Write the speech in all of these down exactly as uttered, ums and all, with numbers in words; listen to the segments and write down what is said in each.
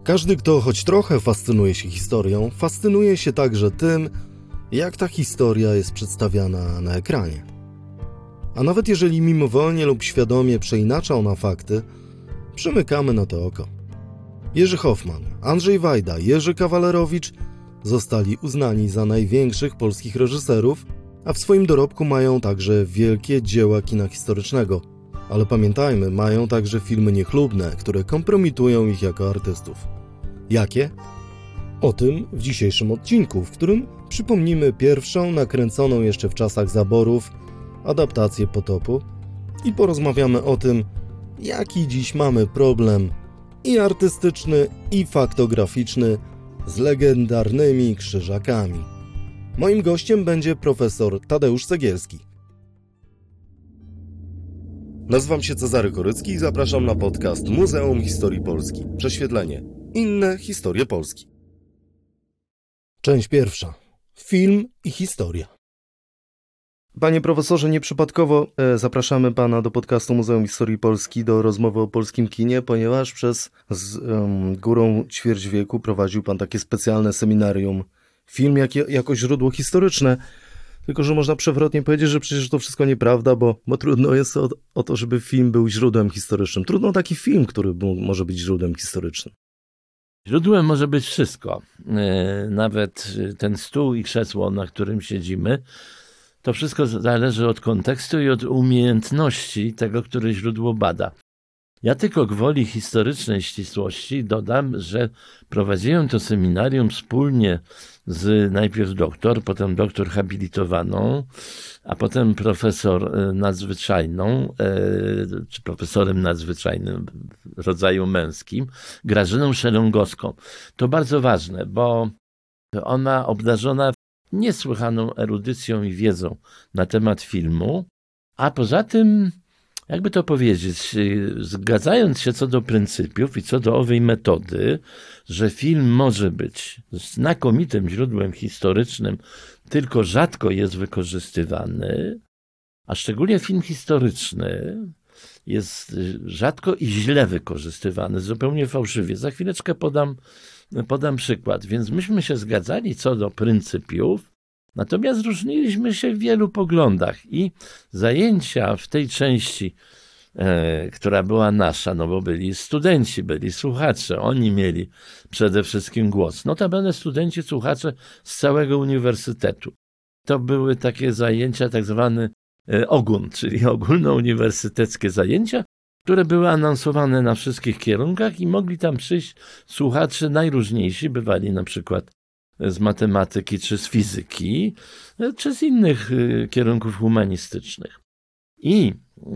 Każdy, kto choć trochę fascynuje się historią, fascynuje się także tym, jak ta historia jest przedstawiana na ekranie. A nawet jeżeli mimowolnie lub świadomie przeinacza ona fakty, przymykamy na to oko. Jerzy Hoffman, Andrzej Wajda, Jerzy Kawalerowicz zostali uznani za największych polskich reżyserów, a w swoim dorobku mają także wielkie dzieła kina historycznego. Ale pamiętajmy, mają także filmy niechlubne, które kompromitują ich jako artystów. Jakie? O tym w dzisiejszym odcinku, w którym przypomnimy pierwszą, nakręconą jeszcze w czasach zaborów, adaptację Potopu i porozmawiamy o tym, jaki dziś mamy problem i artystyczny, i faktograficzny z legendarnymi krzyżakami. Moim gościem będzie profesor Tadeusz Cegielski. Nazywam się Cezary Korycki i zapraszam na podcast Muzeum Historii Polski. Prześwietlenie. Inne historie Polski. Część pierwsza. Film i historia. Panie profesorze, nieprzypadkowo e, zapraszamy pana do podcastu Muzeum Historii Polski, do rozmowy o polskim kinie, ponieważ przez z, um, górą ćwierć wieku prowadził pan takie specjalne seminarium film jak, jako źródło historyczne. Tylko że można przewrotnie powiedzieć, że przecież to wszystko nieprawda, bo, bo trudno jest o, o to, żeby film był źródłem historycznym. Trudno taki film, który był, może być źródłem historycznym. Źródłem może być wszystko. Nawet ten stół i krzesło, na którym siedzimy, to wszystko zależy od kontekstu i od umiejętności tego, który źródło bada. Ja tylko gwoli historycznej ścisłości dodam, że prowadziłem to seminarium wspólnie z najpierw doktor, potem doktor habilitowaną, a potem profesor nadzwyczajną, czy profesorem nadzwyczajnym w rodzaju męskim, Grażyną Szelongowską. To bardzo ważne, bo ona obdarzona niesłychaną erudycją i wiedzą na temat filmu, a poza tym, jakby to powiedzieć, zgadzając się co do pryncypiów i co do owej metody, że film może być znakomitym źródłem historycznym, tylko rzadko jest wykorzystywany, a szczególnie film historyczny jest rzadko i źle wykorzystywany, zupełnie fałszywie. Za chwileczkę podam, podam przykład. Więc myśmy się zgadzali co do pryncypiów, natomiast różniliśmy się w wielu poglądach i zajęcia w tej części, e, która była nasza, no bo byli studenci, byli słuchacze, oni mieli przede wszystkim głos. Notabene studenci, słuchacze z całego uniwersytetu. To były takie zajęcia, tak zwany e, ogun, czyli ogólnouniwersyteckie zajęcia, które były anonsowane na wszystkich kierunkach i mogli tam przyjść słuchacze najróżniejsi, bywali na przykład z matematyki, czy z fizyki, czy z innych kierunków humanistycznych. I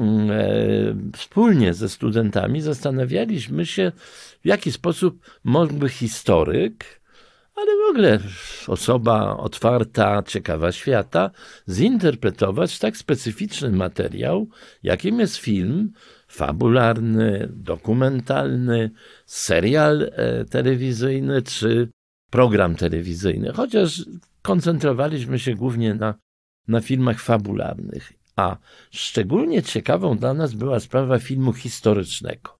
e, wspólnie ze studentami zastanawialiśmy się, w jaki sposób mógłby historyk, ale w ogóle osoba otwarta, ciekawa świata, zinterpretować tak specyficzny materiał, jakim jest film fabularny, dokumentalny, serial e, telewizyjny, czy program telewizyjny, chociaż koncentrowaliśmy się głównie na, na filmach fabularnych, a szczególnie ciekawą dla nas była sprawa filmu historycznego.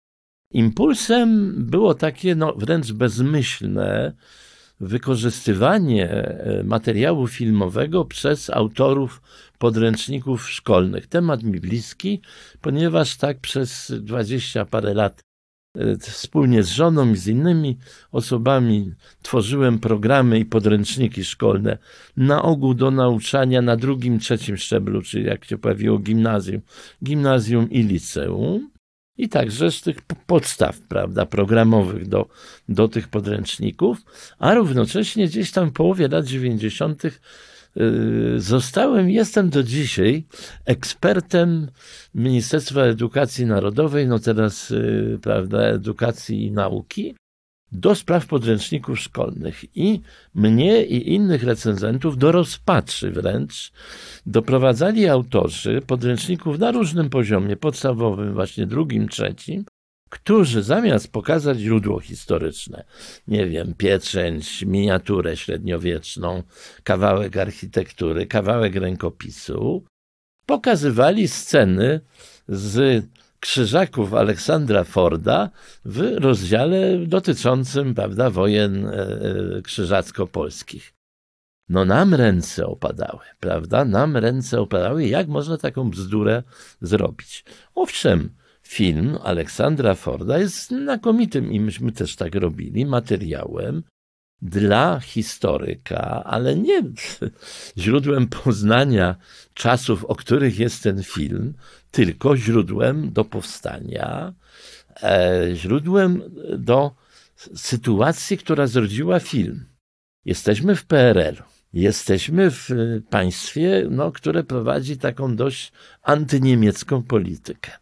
Impulsem było takie no, wręcz bezmyślne wykorzystywanie materiału filmowego przez autorów podręczników szkolnych. Temat mi bliski, ponieważ tak przez dwadzieścia parę lat wspólnie z żoną i z innymi osobami tworzyłem programy i podręczniki szkolne, na ogół do nauczania na drugim, trzecim szczeblu, czyli jak się pojawiło gimnazjum, gimnazjum i liceum, i także z tych podstaw, prawda, programowych do, do tych podręczników, a równocześnie gdzieś tam w połowie lat dziewięćdziesiątych zostałem, jestem do dzisiaj ekspertem Ministerstwa Edukacji Narodowej, no teraz, prawda, edukacji i nauki, do spraw podręczników szkolnych. I mnie i innych recenzentów do rozpaczy wręcz doprowadzali autorzy podręczników na różnym poziomie, podstawowym, właśnie drugim, trzecim, którzy zamiast pokazać źródło historyczne, nie wiem, pieczęć, miniaturę średniowieczną, kawałek architektury, kawałek rękopisu, pokazywali sceny z Krzyżaków Aleksandra Forda w rozdziale dotyczącym, prawda, wojen e, krzyżacko-polskich. No nam ręce opadały, prawda? Nam ręce opadały. Jak można taką bzdurę zrobić? Owszem, film Aleksandra Forda jest znakomitym, i myśmy też tak robili, materiałem dla historyka, ale nie źródłem poznania czasów, o których jest ten film, tylko źródłem do powstania, e, źródłem do sytuacji, która zrodziła film. Jesteśmy w P R L-u. Jesteśmy w państwie, no, które prowadzi taką dość antyniemiecką politykę.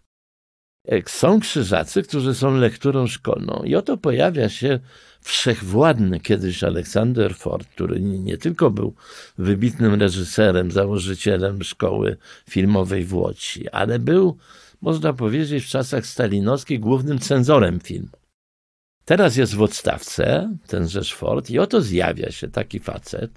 Są krzyżacy, którzy są lekturą szkolną i oto pojawia się wszechwładny kiedyś Aleksander Ford, który nie tylko był wybitnym reżyserem, założycielem szkoły filmowej w Łodzi, ale był, można powiedzieć, w czasach stalinowskich głównym cenzorem filmu. Teraz jest w odstawce tenżeż Ford i oto zjawia się taki facet,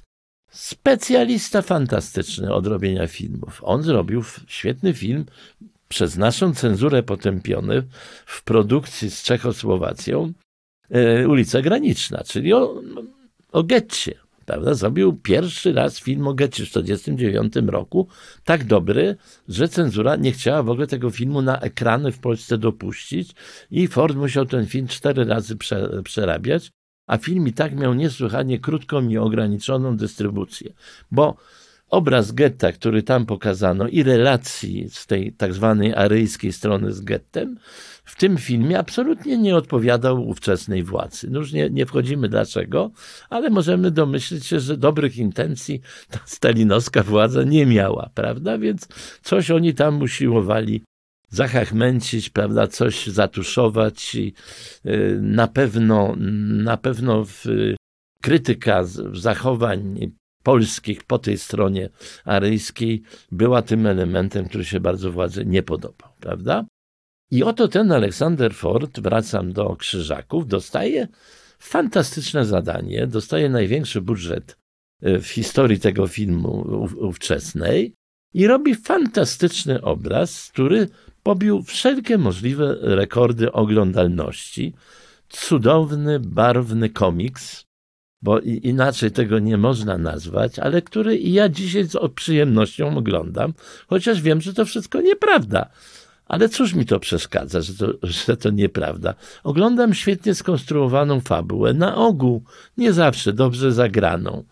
specjalista fantastyczny od robienia filmów. On zrobił świetny film, przez naszą cenzurę potępiony, w produkcji z Czechosłowacją, e, Ulica Graniczna, czyli o, o getcie. Prawda? Zrobił pierwszy raz film o getcie w tysiąc dziewięćset czterdziestym dziewiątym roku, tak dobry, że cenzura nie chciała w ogóle tego filmu na ekrany w Polsce dopuścić i Ford musiał ten film cztery razy prze, przerabiać, a film i tak miał niesłychanie krótką i ograniczoną dystrybucję, bo obraz getta, który tam pokazano i relacji z tej tak zwanej aryjskiej strony z gettem, w tym filmie absolutnie nie odpowiadał ówczesnej władzy. No już nie, nie wchodzimy dlaczego, ale możemy domyślić się, że dobrych intencji ta stalinowska władza nie miała, prawda? Więc coś oni tam usiłowali zachachmęcić, prawda, coś zatuszować i y, na pewno, na pewno w, krytyka zachowań polskich po tej stronie aryjskiej była tym elementem, który się bardzo władzy nie podobał, prawda? I oto ten Aleksander Ford, wracam do Krzyżaków, dostaje fantastyczne zadanie, dostaje największy budżet w historii tego filmu ówczesnej i robi fantastyczny obraz, który pobił wszelkie możliwe rekordy oglądalności. Cudowny, barwny komiks, bo inaczej tego nie można nazwać, ale który i ja dzisiaj z przyjemnością oglądam, chociaż wiem, że to wszystko nieprawda. Ale cóż mi to przeszkadza, że to, że to nieprawda. Oglądam świetnie skonstruowaną fabułę, na ogół nie zawsze dobrze zagraną.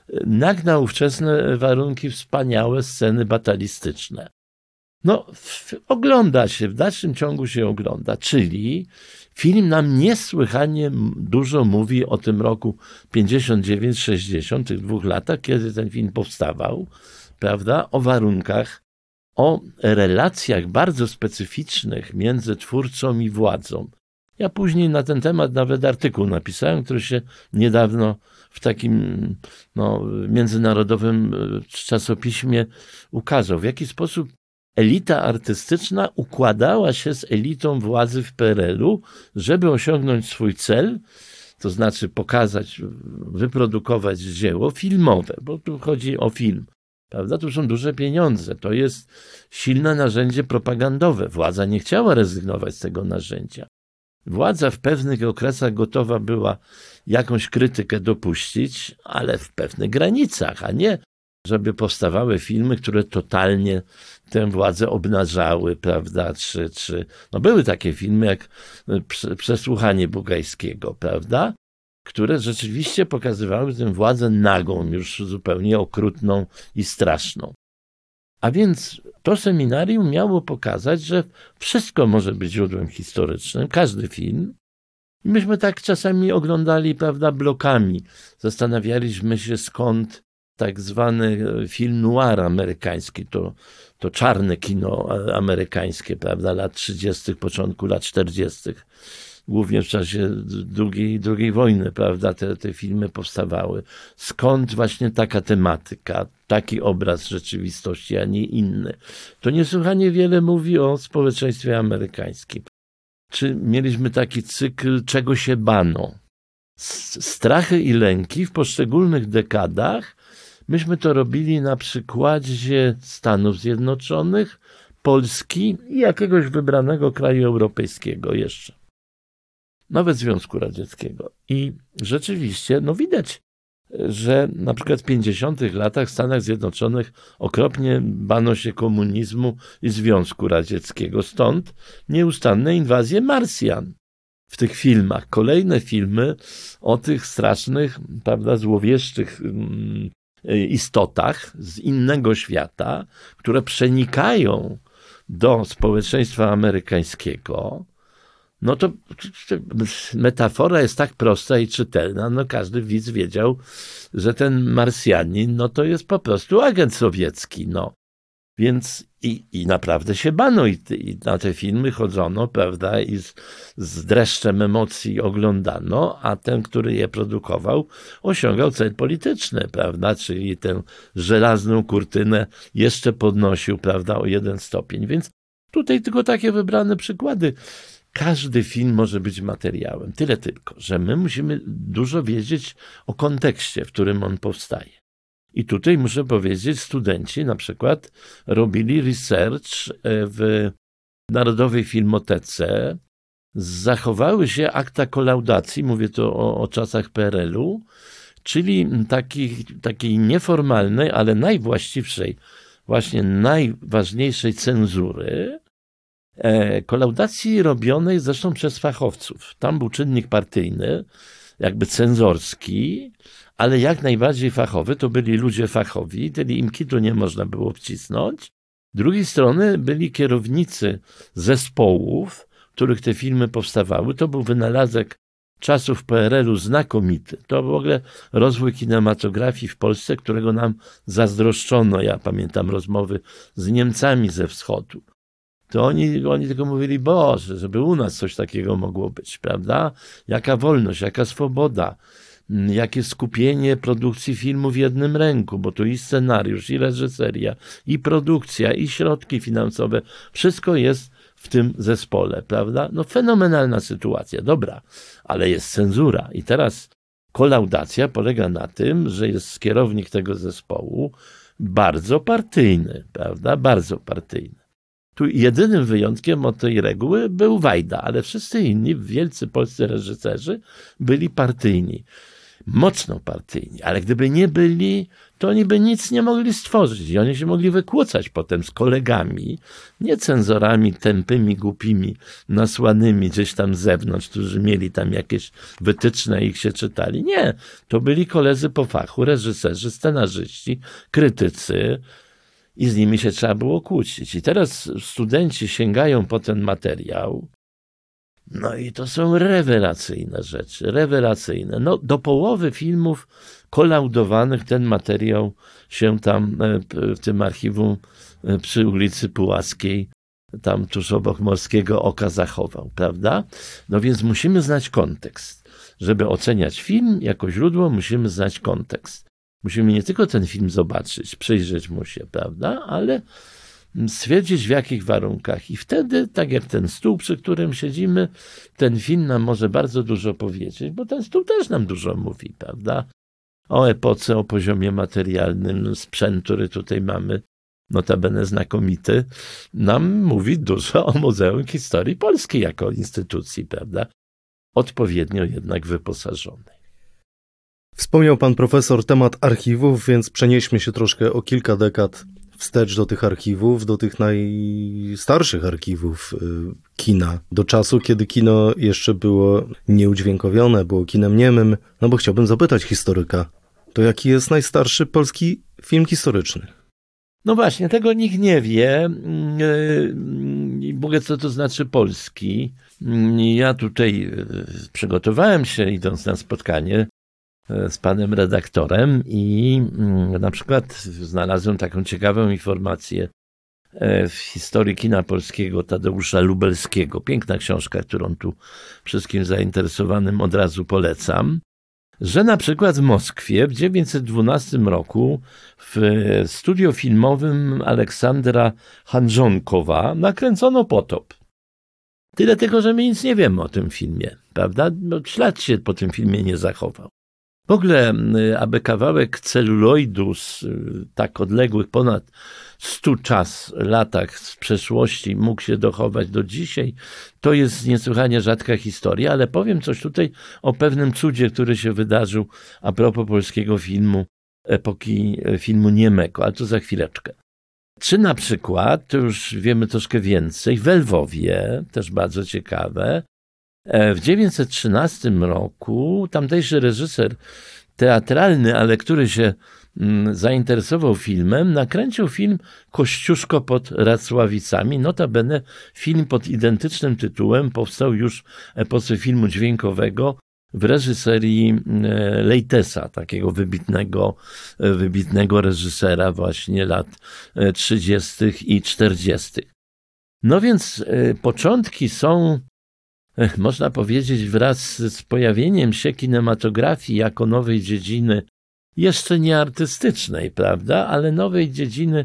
Jak na ówczesne warunki wspaniałe sceny batalistyczne. No, w, ogląda się, w dalszym ciągu się ogląda, czyli film nam niesłychanie dużo mówi o tym roku pięćdziesiąt dziewięć sześćdziesiąt, tych dwóch latach, kiedy ten film powstawał, prawda, o warunkach, o relacjach bardzo specyficznych między twórcą i władzą. Ja później na ten temat nawet artykuł napisałem, który się niedawno w takim no, międzynarodowym czasopiśmie ukazał. W jaki sposób elita artystyczna układała się z elitą władzy w P R L-u, żeby osiągnąć swój cel, to znaczy pokazać, wyprodukować dzieło filmowe, bo tu chodzi o film. Prawda? Tu są duże pieniądze. To jest silne narzędzie propagandowe. Władza nie chciała rezygnować z tego narzędzia. Władza w pewnych okresach gotowa była jakąś krytykę dopuścić, ale w pewnych granicach, a nie żeby powstawały filmy, które totalnie tę władzę obnażały, prawda, czy, czy no były takie filmy jak Przesłuchanie Bugajskiego, prawda, które rzeczywiście pokazywały tę władzę nagą, już zupełnie okrutną i straszną. A więc to seminarium miało pokazać, że wszystko może być źródłem historycznym, każdy film. I myśmy tak czasami oglądali, prawda, blokami. Zastanawialiśmy się, skąd tak zwany film noir amerykański, to, to czarne kino amerykańskie, prawda, lat trzydziestych, początku lat czterdziestych. Głównie w czasie drugiej, drugiej wojny, prawda, te, te filmy powstawały. Skąd właśnie taka tematyka, taki obraz rzeczywistości, a nie inny? To niesłychanie wiele mówi o społeczeństwie amerykańskim. Czy mieliśmy taki cykl, czego się bano? Strachy i lęki w poszczególnych dekadach. Myśmy to robili na przykładzie Stanów Zjednoczonych, Polski i jakiegoś wybranego kraju europejskiego jeszcze. Nawet Związku Radzieckiego. I rzeczywiście, no widać, że na przykład w pięćdziesiątych latach w Stanach Zjednoczonych okropnie bano się komunizmu i Związku Radzieckiego. Stąd nieustanne inwazje Marsjan w tych filmach. Kolejne filmy o tych strasznych, prawda, złowieszczych istotach z innego świata, które przenikają do społeczeństwa amerykańskiego. No to metafora jest tak prosta i czytelna, no każdy widz wiedział, że ten Marsjanin, no to jest po prostu agent sowiecki, no. Więc i, i naprawdę się bano i, i na te filmy chodzono, prawda, i z, z dreszczem emocji oglądano, a ten, który je produkował, osiągał cel polityczny, prawda, czyli tę żelazną kurtynę jeszcze podnosił, prawda, o jeden stopień. Więc tutaj tylko takie wybrane przykłady. Każdy film może być materiałem. Tyle tylko, że my musimy dużo wiedzieć o kontekście, w którym on powstaje. I tutaj muszę powiedzieć, studenci na przykład robili research w Narodowej Filmotece. Zachowały się akta kolaudacji, mówię to o, o czasach P R L-u, czyli taki, takiej nieformalnej, ale najwłaściwszej, właśnie najważniejszej cenzury, kolaudacji robionej zresztą przez fachowców. Tam był czynnik partyjny, jakby cenzorski, ale jak najbardziej fachowy, to byli ludzie fachowi, czyli im kitu nie można było wcisnąć. Z drugiej strony byli kierownicy zespołów, w których te filmy powstawały. To był wynalazek czasów P R L-u znakomity. To w ogóle rozwój kinematografii w Polsce, którego nam zazdroszczono. Ja pamiętam rozmowy z Niemcami ze wschodu. To oni, oni tylko mówili, Boże, żeby u nas coś takiego mogło być, prawda? Jaka wolność, jaka swoboda, jakie skupienie produkcji filmu w jednym ręku, bo tu i scenariusz, i reżyseria, i produkcja, i środki finansowe, wszystko jest w tym zespole, prawda? No fenomenalna sytuacja, dobra, ale jest cenzura i teraz kolaudacja polega na tym, że jest kierownik tego zespołu bardzo partyjny, prawda? Bardzo partyjny. Tu jedynym wyjątkiem od tej reguły był Wajda, ale wszyscy inni, wielcy polscy reżyserzy, byli partyjni. Mocno partyjni, ale gdyby nie byli, to oni by nic nie mogli stworzyć i oni się mogli wykłócać potem z kolegami, nie cenzorami tępymi, głupimi, nasłanymi gdzieś tam z zewnątrz, którzy mieli tam jakieś wytyczne i ich się czytali. Nie, to byli koledzy po fachu, reżyserzy, scenarzyści, krytycy, i z nimi się trzeba było kłócić. I teraz studenci sięgają po ten materiał, no i to są rewelacyjne rzeczy, rewelacyjne. No, do połowy filmów kolaudowanych ten materiał się tam w tym archiwum przy ulicy Puławskiej, tam tuż obok Morskiego Oka zachował, prawda? No więc musimy znać kontekst. Żeby oceniać film jako źródło, musimy znać kontekst. Musimy nie tylko ten film zobaczyć, przyjrzeć mu się, prawda, ale stwierdzić w jakich warunkach. I wtedy, tak jak ten stół, przy którym siedzimy, ten film nam może bardzo dużo powiedzieć, bo ten stół też nam dużo mówi, prawda, o epoce, o poziomie materialnym, sprzęt, który tutaj mamy, notabene znakomity, nam mówi dużo o Muzeum Historii Polskiej jako instytucji, prawda, odpowiednio jednak wyposażonej. Wspomniał pan profesor temat archiwów, więc przenieśmy się troszkę o kilka dekad wstecz do tych archiwów, do tych najstarszych archiwów kina, do czasu, kiedy kino jeszcze było nieudźwiękowione, było kinem niemym. No bo chciałbym zapytać historyka, to jaki jest najstarszy polski film historyczny? No właśnie, tego nikt nie wie. Mówię, co to znaczy polski. Ja tutaj przygotowałem się, idąc na spotkanie z panem redaktorem i na przykład znalazłem taką ciekawą informację w historii kina polskiego Tadeusza Lubelskiego. Piękna książka, którą tu wszystkim zainteresowanym od razu polecam, że na przykład w Moskwie w tysiąc dziewięćset dwunastym roku w studio filmowym Aleksandra Handżonkowa nakręcono Potop. Tyle tylko, że my nic nie wiemy o tym filmie, prawda? No, ślad się po tym filmie nie zachował. W ogóle, aby kawałek celuloidu z tak odległych ponad stu czas latach z przeszłości mógł się dochować do dzisiaj, to jest niesłychanie rzadka historia, ale powiem coś tutaj o pewnym cudzie, który się wydarzył a propos polskiego filmu, epoki filmu niemego, ale to za chwileczkę. Czy na przykład, to już wiemy troszkę więcej, w Lwowie, też bardzo ciekawe, w tysiąc dziewięćset trzynastym roku tamtejszy reżyser teatralny, ale który się zainteresował filmem, nakręcił film Kościuszko pod Racławicami. Notabene film pod identycznym tytułem powstał już w epoce filmu dźwiękowego w reżyserii Lejtesa, takiego wybitnego, wybitnego reżysera właśnie lat trzydziestych i czterdziestych. No więc początki są, można powiedzieć, wraz z pojawieniem się kinematografii jako nowej dziedziny, jeszcze nie artystycznej, prawda, ale nowej dziedziny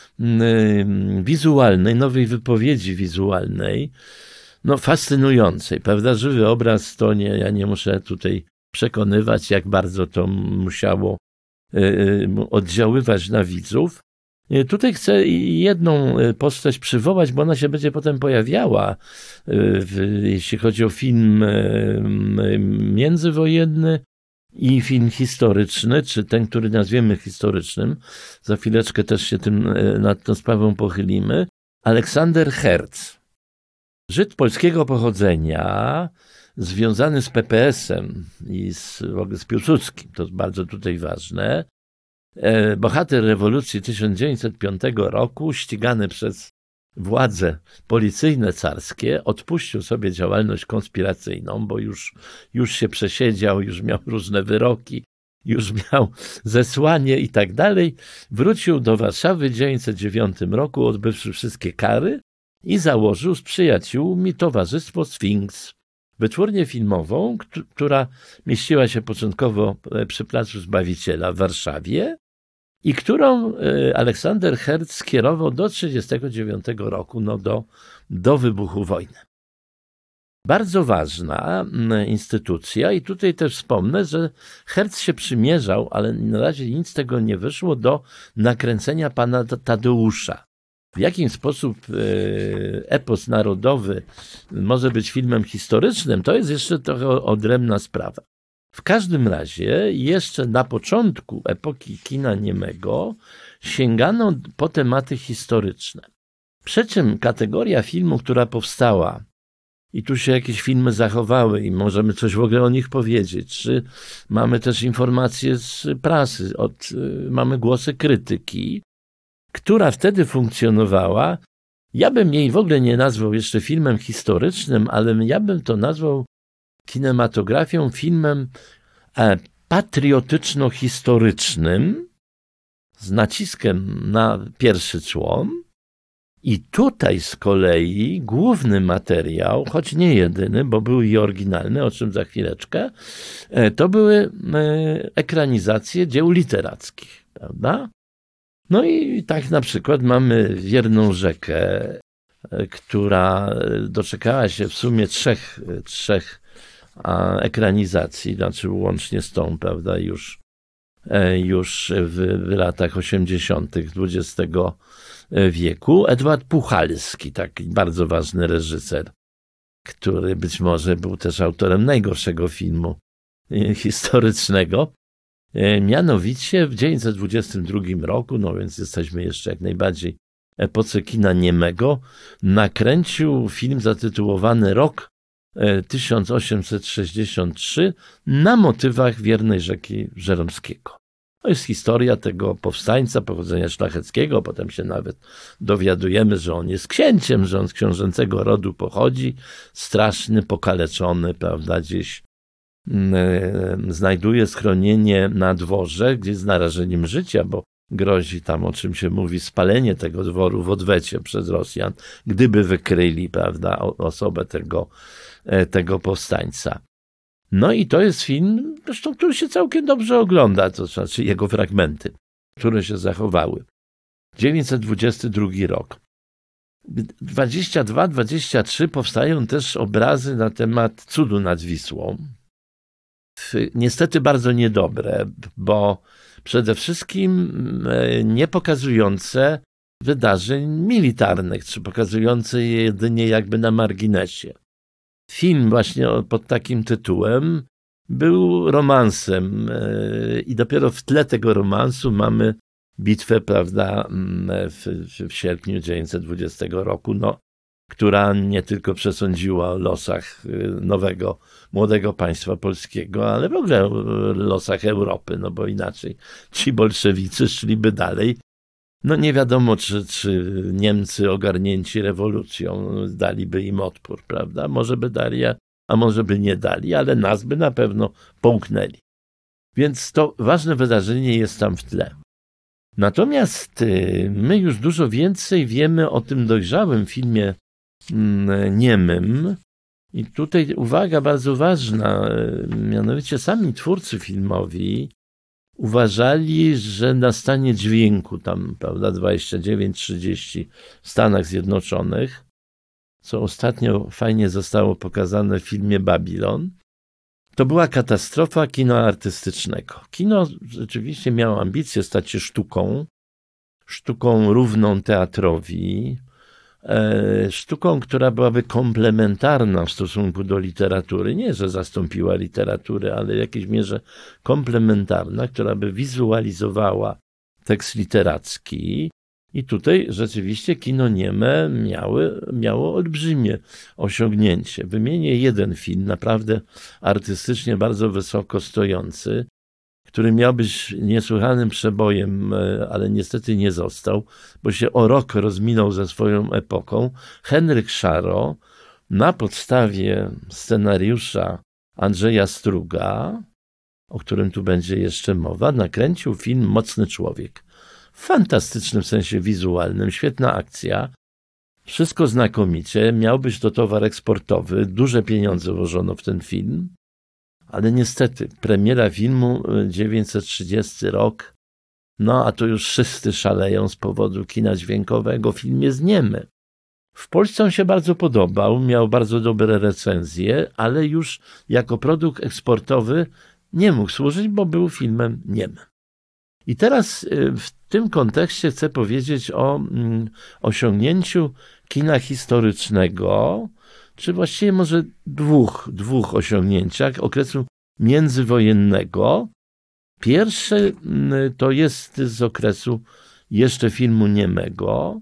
wizualnej, nowej wypowiedzi wizualnej, no fascynującej, prawda, żywy obraz, to nie, ja nie muszę tutaj przekonywać, jak bardzo to musiało oddziaływać na widzów. Tutaj chcę jedną postać przywołać, bo ona się będzie potem pojawiała, w, jeśli chodzi o film międzywojenny i film historyczny, czy ten, który nazwiemy historycznym. Za chwileczkę też się tym, nad tą sprawą pochylimy. Aleksander Herz. Żyd polskiego pochodzenia, związany z P P S-em i z, w ogóle z Piłsudskim, to jest bardzo tutaj ważne. Bohater rewolucji tysiąc dziewięćset piątego roku, ścigany przez władze policyjne carskie, odpuścił sobie działalność konspiracyjną, bo już, już się przesiedział, już miał różne wyroki, już miał zesłanie i tak dalej. Wrócił do Warszawy w tysiąc dziewięćset dziewiątym roku, odbywszy wszystkie kary i założył z przyjaciółmi towarzystwo Sfinks, wytwórnię filmową, która mieściła się początkowo przy Placu Zbawiciela w Warszawie i którą Aleksander Herz skierował do tysiąc dziewięćset trzydziestego dziewiątego roku, no do, do wybuchu wojny. Bardzo ważna instytucja i tutaj też wspomnę, że Herz się przymierzał, ale na razie nic z tego nie wyszło, do nakręcenia pana Tadeusza. W jaki sposób epos narodowy może być filmem historycznym, to jest jeszcze trochę odrębna sprawa. W każdym razie jeszcze na początku epoki kina niemego sięgano po tematy historyczne. Przy czym kategoria filmu, która powstała, i tu się jakieś filmy zachowały i możemy coś w ogóle o nich powiedzieć, czy mamy też informacje z prasy, od, mamy głosy krytyki, która wtedy funkcjonowała, ja bym jej w ogóle nie nazwał jeszcze filmem historycznym, ale ja bym to nazwał kinematografią, filmem patriotyczno-historycznym z naciskiem na pierwszy człon. I tutaj z kolei główny materiał, choć nie jedyny, bo był i oryginalny, o czym za chwileczkę, to były ekranizacje dzieł literackich, prawda? No i tak na przykład mamy Wierną rzekę, która doczekała się w sumie trzech, trzech ekranizacji, znaczy łącznie z tą, prawda, już, już w, w latach osiemdziesiątych dwudziestego wieku. Edward Puchalski, taki bardzo ważny reżyser, który być może był też autorem najgorszego filmu historycznego. Mianowicie w tysiąc dziewięćset dwudziestym drugim roku, no więc jesteśmy jeszcze jak najbardziej epoce kina niemego, nakręcił film zatytułowany Rok tysiąc osiemset sześćdziesiąt trzy na motywach Wiernej rzeki Żeromskiego. To jest historia tego powstańca pochodzenia szlacheckiego, potem się nawet dowiadujemy, że on jest księciem, że on z książęcego rodu pochodzi, straszny, pokaleczony, prawda, gdzieś znajduje schronienie na dworze, gdzie z narażeniem życia, bo grozi tam, o czym się mówi, spalenie tego dworu w odwecie przez Rosjan, gdyby wykryli, prawda, osobę tego, tego powstańca. No i to jest film, zresztą, który się całkiem dobrze ogląda, to znaczy jego fragmenty, które się zachowały. tysiąc dziewięćset dwudziesty drugi rok. dwadzieścia dwa dwadzieścia trzy powstają też obrazy na temat cudu nad Wisłą. niestety bardzo niedobre, bo przede wszystkim nie pokazujące wydarzeń militarnych, czy pokazujące je jedynie jakby na marginesie. Film właśnie pod takim tytułem był romansem i dopiero w tle tego romansu mamy bitwę, prawda, w, w sierpniu tysiąc dziewięćset dwudziestego roku, no, która nie tylko przesądziła o losach nowego, młodego państwa polskiego, ale w ogóle o losach Europy, no bo inaczej ci bolszewicy szliby dalej. No nie wiadomo, czy, czy Niemcy ogarnięci rewolucją daliby im odpór, prawda? Może by dali, a, a może by nie dali, ale nas by na pewno połknęli. Więc to ważne wydarzenie jest tam w tle. Natomiast my już dużo więcej wiemy o tym dojrzałym filmie niemym. I tutaj uwaga bardzo ważna, mianowicie sami twórcy filmowi uważali, że na stanie dźwięku, tam prawda, dwadzieścia dziewięć trzydzieści w Stanach Zjednoczonych, co ostatnio fajnie zostało pokazane w filmie Babylon, to była katastrofa kina artystycznego. Kino rzeczywiście miało ambicje stać się sztuką, sztuką równą teatrowi, e, sztuką, która byłaby komplementarna w stosunku do literatury. Nie, że zastąpiła literaturę, ale w jakiejś mierze komplementarna, która by wizualizowała tekst literacki. I tutaj rzeczywiście kino nieme miały, miało olbrzymie osiągnięcie. Wymienię jeden film, naprawdę artystycznie bardzo wysoko stojący, który miał być niesłychanym przebojem, ale niestety nie został, bo się o rok rozminął ze swoją epoką. Henryk Szaro na podstawie scenariusza Andrzeja Struga, o którym tu będzie jeszcze mowa, nakręcił film Mocny człowiek. W fantastycznym sensie wizualnym, świetna akcja, wszystko znakomicie, miał być to towar eksportowy, duże pieniądze włożono w ten film, ale niestety premiera filmu dziewięćset trzydziesty rok, no a to już wszyscy szaleją z powodu kina dźwiękowego, film jest niemy. W Polsce on się bardzo podobał, miał bardzo dobre recenzje, ale już jako produkt eksportowy nie mógł służyć, bo był filmem niemym. I teraz w tym kontekście chcę powiedzieć o mm, osiągnięciu kina historycznego, czy właściwie może dwóch, dwóch osiągnięciach okresu międzywojennego. Pierwsze mm, to jest z okresu jeszcze filmu niemego.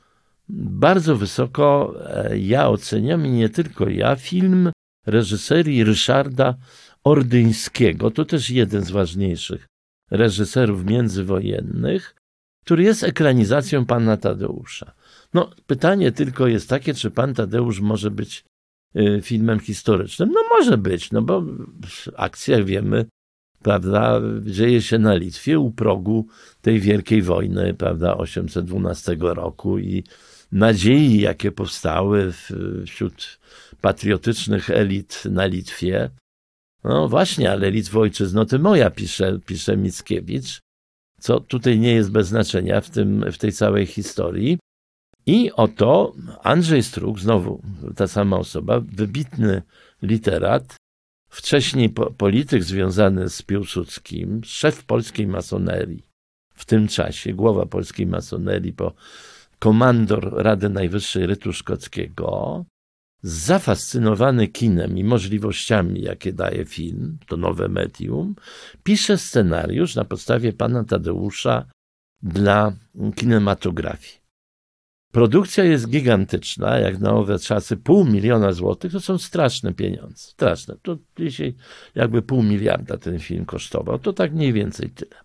Bardzo wysoko e, ja oceniam, i nie tylko ja, film reżyserii Ryszarda Ordyńskiego. To też jeden z ważniejszych reżyserów międzywojennych, który jest ekranizacją Pana Tadeusza. No, pytanie tylko jest takie, czy Pan Tadeusz może być y, filmem historycznym? No może być, no bo akcja, wiemy, prawda, dzieje się na Litwie u progu tej wielkiej wojny, prawda, osiemset dwunastego roku i nadziei, jakie powstały w, wśród patriotycznych elit na Litwie. No właśnie, ale Litwo ojczyzno ty moja, pisze, pisze Mickiewicz, co tutaj nie jest bez znaczenia w, tym, w tej całej historii. I oto Andrzej Strug, znowu ta sama osoba, wybitny literat, wcześniej po, polityk związany z Piłsudskim, szef polskiej masonerii w tym czasie, głowa polskiej masonerii, po komandor Rady Najwyższej Rytu Szkockiego, zafascynowany kinem i możliwościami, jakie daje film, to nowe medium, pisze scenariusz na podstawie Pana Tadeusza dla kinematografii. Produkcja jest gigantyczna, jak na owe czasy pół miliona złotych, to są straszne pieniądze, straszne. To dzisiaj jakby pół miliarda ten film kosztował, to tak mniej więcej tyle.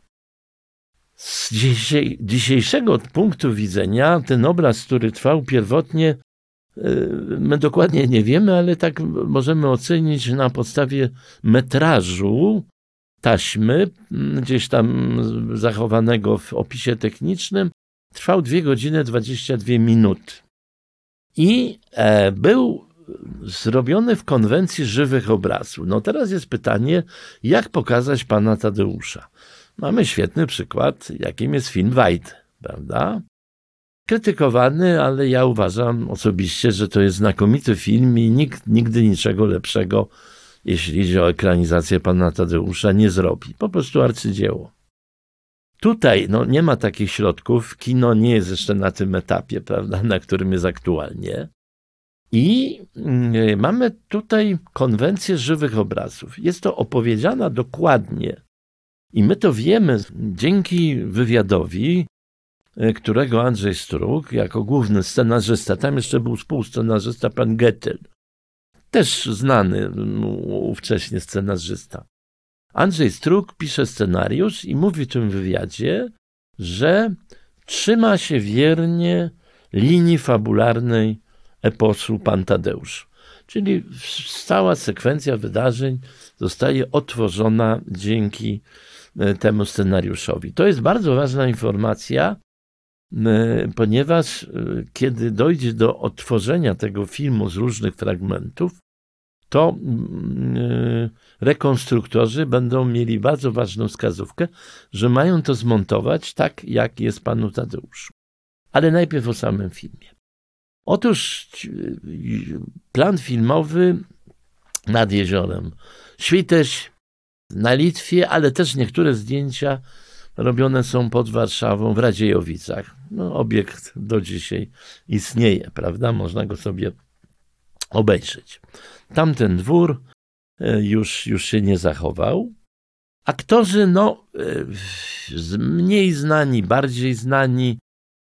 Z dzisiaj, dzisiejszego punktu widzenia ten obraz, który trwał pierwotnie, my dokładnie nie wiemy, ale tak możemy ocenić na podstawie metrażu taśmy, gdzieś tam zachowanego w opisie technicznym, trwał dwie godziny dwadzieścia dwie minuty. I e, był zrobiony w konwencji żywych obrazów. No teraz jest pytanie, jak pokazać Pana Tadeusza. Mamy świetny przykład, jakim jest film Wajdy, prawda? Krytykowany, ale ja uważam osobiście, że to jest znakomity film i nikt nigdy niczego lepszego jeśli idzie o ekranizację Pana Tadeusza, nie zrobi. Po prostu arcydzieło. Tutaj no, nie ma takich środków. Kino nie jest jeszcze na tym etapie, prawda, na którym jest aktualnie. I y, mamy tutaj konwencję żywych obrazów. Jest to opowiedziana dokładnie. I my to wiemy dzięki wywiadowi, y, którego Andrzej Strug, jako główny scenarzysta, tam jeszcze był współscenarzysta pan Goethel, też znany ówcześnie scenarzysta. Andrzej Strug pisze scenariusz i mówi w tym wywiadzie, że trzyma się wiernie linii fabularnej eposu Pan Tadeusz. Czyli cała sekwencja wydarzeń zostaje otworzona dzięki temu scenariuszowi. To jest bardzo ważna informacja, ponieważ kiedy dojdzie do odtworzenia tego filmu z różnych fragmentów, to rekonstruktorzy będą mieli bardzo ważną wskazówkę, że mają to zmontować tak, jak jest Panu Tadeuszu. Ale najpierw o samym filmie. Otóż plan filmowy nad jeziorem Świteś na Litwie, ale też niektóre zdjęcia robione są pod Warszawą w Radziejowicach. No, obiekt do dzisiaj istnieje, prawda? Można go sobie obejrzeć. Tamten dwór już, już się nie zachował. Aktorzy, no, mniej znani, bardziej znani.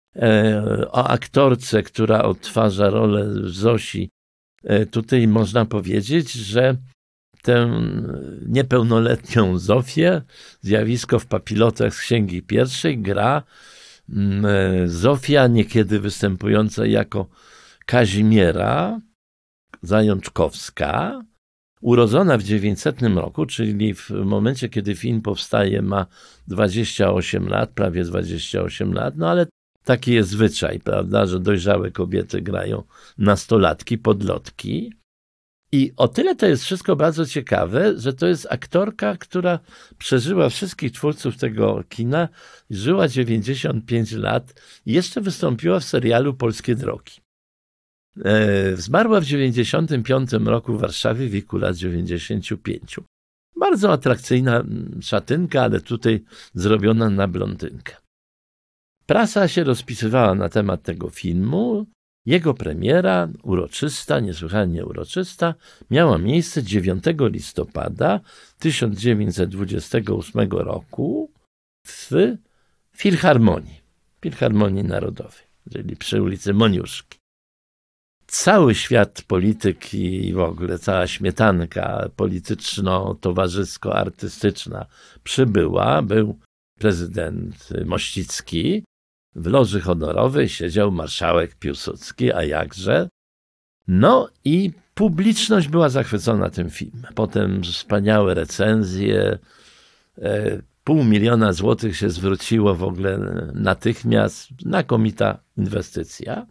O aktorce, która odtwarza rolę Zosi, tutaj można powiedzieć, że tę niepełnoletnią Zofię, zjawisko w papilotach z Księgi Pierwszej, gra Zofia, niekiedy występująca jako Kazimiera Zajączkowska, urodzona w dziewięćsetnym roku, czyli w momencie, kiedy film powstaje, ma dwadzieścia osiem lat, prawie dwadzieścia osiem lat, no ale taki jest zwyczaj, prawda, że dojrzałe kobiety grają nastolatki, podlotki. I o tyle to jest wszystko bardzo ciekawe, że to jest aktorka, która przeżyła wszystkich twórców tego kina, żyła dziewięćdziesiąt pięć lat i jeszcze wystąpiła w serialu Polskie Drogi. E, zmarła w dziewięćdziesiątym piątym roku w Warszawie w wieku lat dziewięćdziesięciu pięciu. Bardzo atrakcyjna szatynka, ale tutaj zrobiona na blondynkę. Prasa się rozpisywała na temat tego filmu. Jego premiera, uroczysta, niesłychanie uroczysta, miała miejsce dziewiątego listopada tysiąc dziewięćset dwudziestego ósmego roku w Filharmonii, Filharmonii Narodowej, czyli przy ulicy Moniuszki. Cały świat polityki i w ogóle cała śmietanka polityczno-towarzysko-artystyczna przybyła. Był prezydent Mościcki. W loży honorowej siedział marszałek Piłsudski, a jakże. No i publiczność była zachwycona tym filmem. Potem wspaniałe recenzje, pół miliona złotych się zwróciło w ogóle natychmiast, znakomita inwestycja.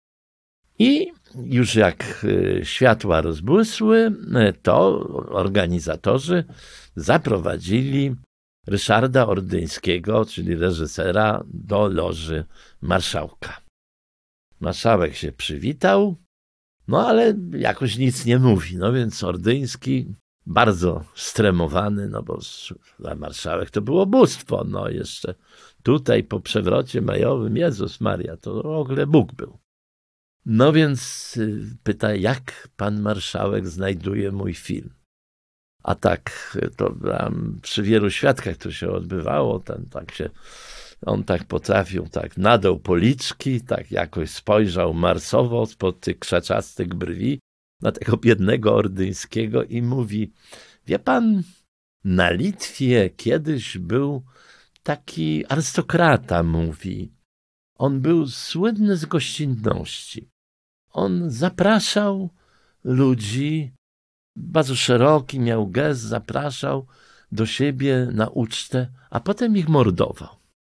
I już jak światła rozbłysły, to organizatorzy zaprowadzili Ryszarda Ordyńskiego, czyli reżysera, do loży marszałka. Marszałek się przywitał, no ale jakoś nic nie mówi. No więc Ordyński, bardzo stremowany, no bo dla marszałek to było bóstwo. No jeszcze tutaj po przewrocie majowym, Jezus Maria, to w ogóle Bóg był. No więc pyta, jak pan marszałek znajduje mój film? A tak, to um, przy wielu świadkach to się odbywało, ten, tak się, on tak potrafił, tak nadał policzki, tak jakoś spojrzał marsowo spod tych krzaczastych brwi na tego biednego Ordyńskiego i mówi, wie pan, na Litwie kiedyś był taki arystokrata, mówi. On był słynny z gościnności. On zapraszał ludzi, bardzo szeroki miał gest, zapraszał do siebie na ucztę, a potem ich mordował.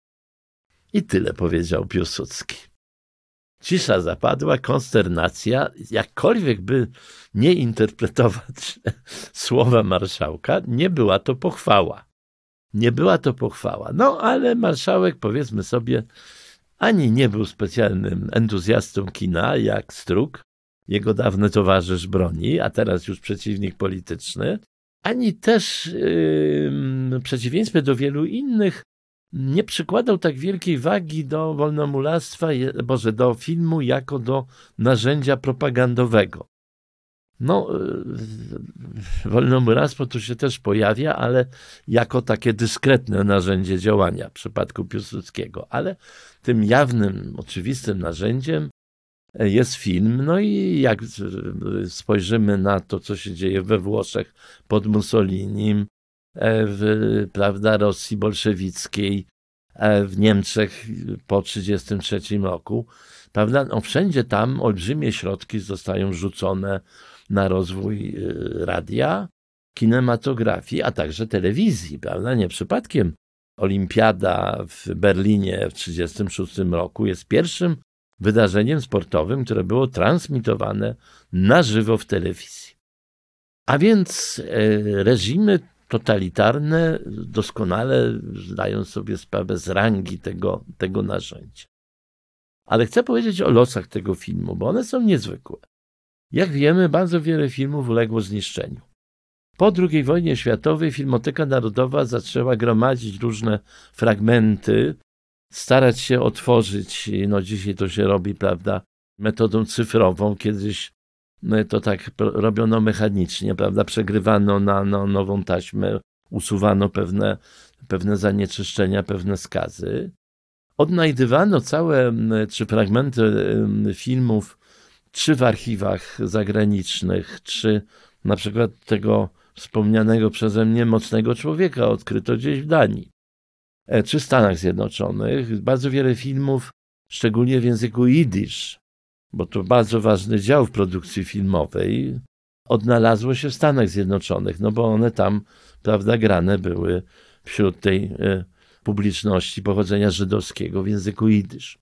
I tyle powiedział Piłsudski. Cisza zapadła, konsternacja, jakkolwiek by nie interpretować słowa marszałka, nie była to pochwała. Nie była to pochwała. No, ale marszałek, powiedzmy sobie, ani nie był specjalnym entuzjastą kina, jak Strug, jego dawny towarzysz broni, a teraz już przeciwnik polityczny, ani też yy, w przeciwieństwie do wielu innych nie przykładał tak wielkiej wagi do wolnomularstwa, boże, do filmu jako do narzędzia propagandowego. No, wolnomularstwo tu się też pojawia, ale jako takie dyskretne narzędzie działania w przypadku Piłsudskiego. Ale tym jawnym, oczywistym narzędziem jest film. No i jak spojrzymy na to, co się dzieje we Włoszech pod Mussolinim, w, prawda, Rosji bolszewickiej, w Niemczech po tysiąc dziewięćset trzydziestym trzecim roku, prawda, no wszędzie tam olbrzymie środki zostają rzucone na rozwój radia, kinematografii, a także telewizji, prawda? Nie przypadkiem Olimpiada w Berlinie w tysiąc dziewięćset trzydziestym szóstym roku jest pierwszym wydarzeniem sportowym, które było transmitowane na żywo w telewizji. A więc reżimy totalitarne doskonale zdają sobie sprawę z rangi tego, tego narzędzia. Ale chcę powiedzieć o losach tego filmu, bo one są niezwykłe. Jak wiemy, bardzo wiele filmów uległo zniszczeniu. Po drugiej wojnie światowej Filmoteka Narodowa zaczęła gromadzić różne fragmenty, starać się otworzyć, no dzisiaj to się robi, prawda, metodą cyfrową, kiedyś no to tak robiono mechanicznie, prawda, przegrywano na no, nową taśmę, usuwano pewne, pewne zanieczyszczenia, pewne skazy. Odnajdywano całe czy fragmenty filmów, czy w archiwach zagranicznych, czy na przykład tego wspomnianego przeze mnie Mocnego Człowieka odkryto gdzieś w Danii, czy w Stanach Zjednoczonych. Bardzo wiele filmów, szczególnie w języku jidysz, bo to bardzo ważny dział w produkcji filmowej, odnalazło się w Stanach Zjednoczonych, no bo one tam, prawda, grane były wśród tej e, publiczności pochodzenia żydowskiego w języku jidysz.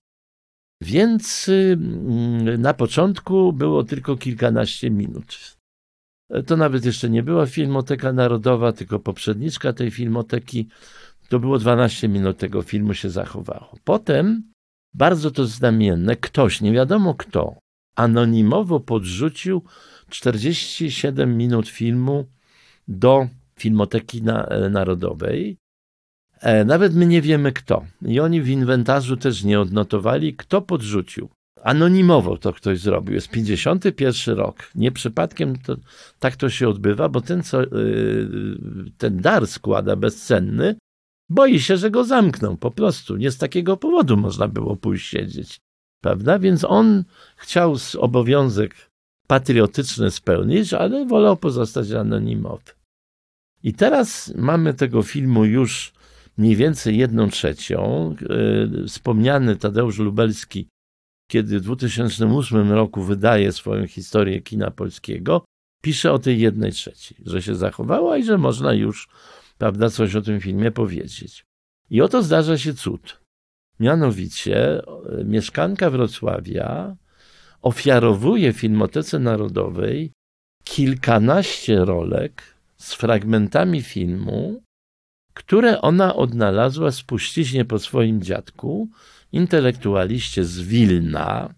Więc y, na początku było tylko kilkanaście minut. To nawet jeszcze nie była Filmoteka Narodowa, tylko poprzedniczka tej filmoteki. To było dwanaście minut tego filmu się zachowało. Potem, bardzo to znamienne, ktoś, nie wiadomo kto, anonimowo podrzucił czterdzieści siedem minut filmu do Filmoteki Narodowej. Nawet my nie wiemy kto. I oni w inwentarzu też nie odnotowali, kto podrzucił. Anonimowo to ktoś zrobił. Jest pięćdziesiąty pierwszy rok. Nie przypadkiem to, tak to się odbywa, bo ten, co yy, ten dar składa bezcenny, boi się, że go zamkną po prostu. Nie z takiego powodu można było pójść siedzieć. Prawda? Więc on chciał obowiązek patriotyczny spełnić, ale wolał pozostać anonimowy. I teraz mamy tego filmu już mniej więcej jedną trzecią. Yy, wspomniany Tadeusz Lubelski, kiedy w dwa tysiące ósmym roku wydaje swoją historię kina polskiego, pisze o tej jednej trzeciej, że się zachowała i że można już, prawda, coś o tym filmie powiedzieć. I oto zdarza się cud. Mianowicie mieszkanka Wrocławia ofiarowuje Filmotece Narodowej kilkanaście rolek z fragmentami filmu, które ona odnalazła spuściźnie po swoim dziadku, intelektualiście z Wilna.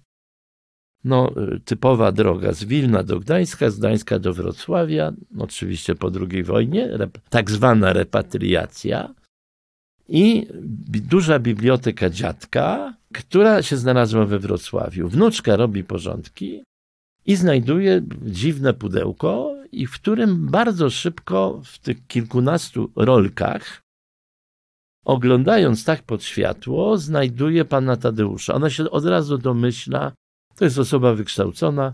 No, typowa droga z Wilna do Gdańska, z Gdańska do Wrocławia, oczywiście po drugiej wojnie, tak zwana repatriacja. I duża biblioteka dziadka, która się znalazła we Wrocławiu. Wnuczka robi porządki i znajduje dziwne pudełko, i w którym bardzo szybko w tych kilkunastu rolkach, oglądając tak pod światło, znajduje pana Tadeusza. Ona się od razu domyśla, to jest osoba wykształcona,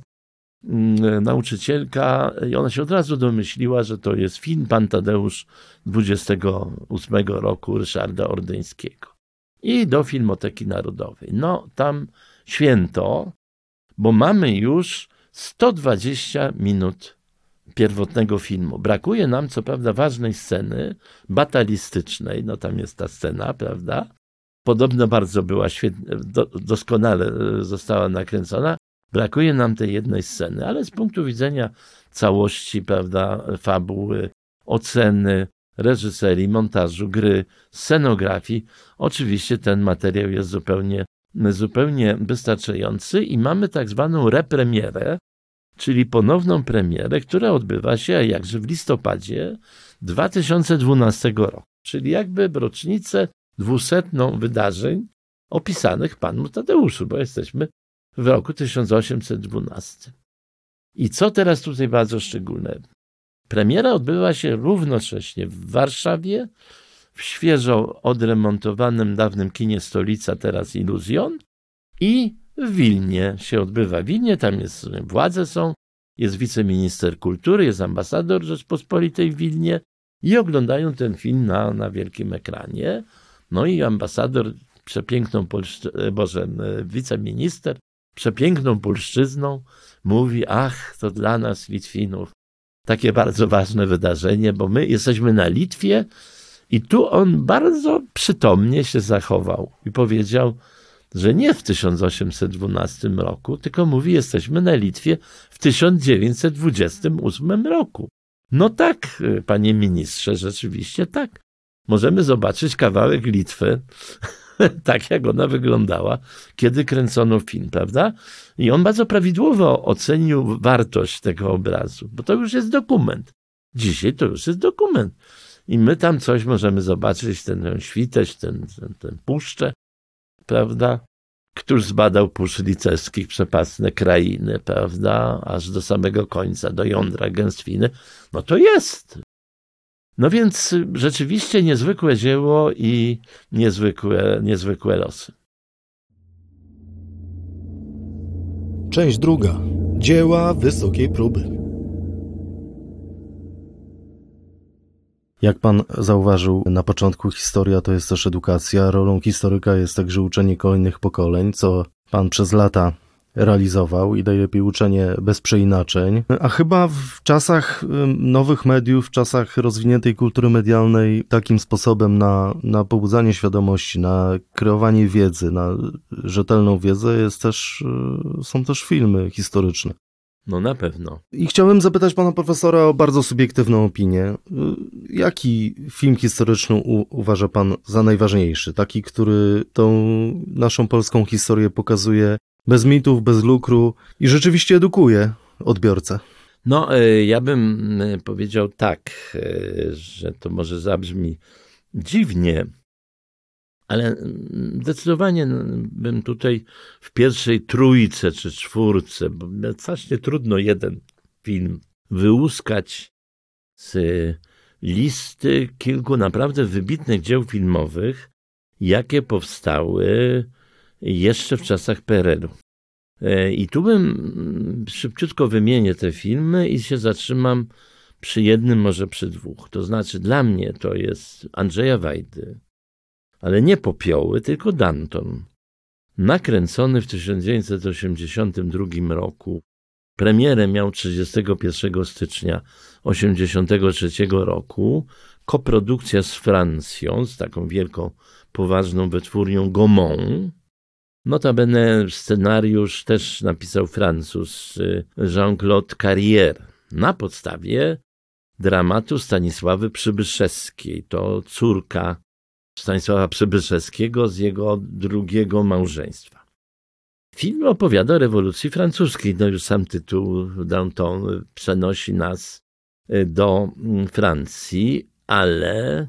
nauczycielka, i ona się od razu domyśliła, że to jest film Pan Tadeusz dwudziestego ósmego roku Ryszarda Ordyńskiego. I do Filmoteki Narodowej. No, tam święto, bo mamy już sto dwadzieścia minut pierwotnego filmu. Brakuje nam, co prawda, ważnej sceny batalistycznej, no tam jest ta scena, prawda? Podobno bardzo była świetnie, do, doskonale została nakręcona. Brakuje nam tej jednej sceny, ale z punktu widzenia całości, prawda, fabuły, oceny, reżyserii, montażu, gry, scenografii, oczywiście ten materiał jest zupełnie, zupełnie wystarczający i mamy tak zwaną repremierę czyli ponowną premierę, która odbywa się, a jakże w listopadzie dwa tysiące dwunastego roku, czyli jakby w rocznicę dwusetną wydarzeń opisanych Panu Tadeuszu, bo jesteśmy w roku tysiąc osiemset dwunastym. I co teraz tutaj bardzo szczególne? Premiera odbywa się równocześnie w Warszawie, w świeżo odremontowanym dawnym kinie Stolica, teraz Iluzjon, i w Wilnie się odbywa. W Wilnie tam jest, władze są, jest wiceminister kultury, jest ambasador Rzeczpospolitej w Wilnie i oglądają ten film na, na wielkim ekranie. No i ambasador przepiękną polszczyzną, Boże, wiceminister przepiękną polszczyzną mówi: ach, to dla nas Litwinów takie bardzo ważne wydarzenie, bo my jesteśmy na Litwie. I tu on bardzo przytomnie się zachował i powiedział, że nie w tysiąc osiemset dwunastym roku, tylko mówi: jesteśmy na Litwie w tysiąc dziewięćset dwudziestym ósmym roku. No tak, panie ministrze, rzeczywiście tak. Możemy zobaczyć kawałek Litwy, tak jak ona wyglądała, kiedy kręcono film, prawda? I on bardzo prawidłowo ocenił wartość tego obrazu, bo to już jest dokument. Dzisiaj to już jest dokument. I my tam coś możemy zobaczyć, ten, ten Świteć, ten, ten, ten puszczę, prawda? Któż zbadał puszcz liceckich przepasne krainy, prawda? Aż do samego końca, do jądra gęstwiny. No to jest. No więc rzeczywiście niezwykłe dzieło i niezwykłe, niezwykłe losy. Część druga. Dzieła wysokiej próby. Jak pan zauważył na początku, historia to jest też edukacja. Rolą historyka jest także uczenie kolejnych pokoleń, co pan przez lata realizował, i najlepiej uczenie bez przeinaczeń. A chyba w czasach nowych mediów, w czasach rozwiniętej kultury medialnej, takim sposobem na, na pobudzanie świadomości, na kreowanie wiedzy, na rzetelną wiedzę jest też, są też filmy historyczne. No na pewno. I chciałem zapytać pana profesora o bardzo subiektywną opinię. Jaki film historyczny u, uważa pan za najważniejszy? Taki, który tą naszą polską historię pokazuje bez mitów, bez lukru i rzeczywiście edukuje odbiorcę? No, ja bym powiedział tak, że to może zabrzmi dziwnie, ale zdecydowanie bym tutaj w pierwszej trójce czy czwórce, bo strasznie trudno jeden film wyłuskać z listy kilku naprawdę wybitnych dzieł filmowych, jakie powstały jeszcze w czasach P R L u. I tu bym szybciutko wymienię te filmy i się zatrzymam przy jednym, może przy dwóch. To znaczy dla mnie to jest Andrzeja Wajdy, ale nie Popioły, tylko Danton. Nakręcony w tysiąc dziewięćset osiemdziesiątym drugim roku. Premierę miał trzydziestego pierwszego stycznia osiemdziesiątego trzeciego roku. Koprodukcja z Francją, z taką wielką, poważną wytwórnią Gaumont. Notabene scenariusz też napisał Francuz Jean-Claude Carrière na podstawie dramatu Stanisławy Przybyszewskiej. To córka Stanisława Przybyszewskiego z jego drugiego małżeństwa. Film opowiada o rewolucji francuskiej. No już sam tytuł Danton przenosi nas do Francji, ale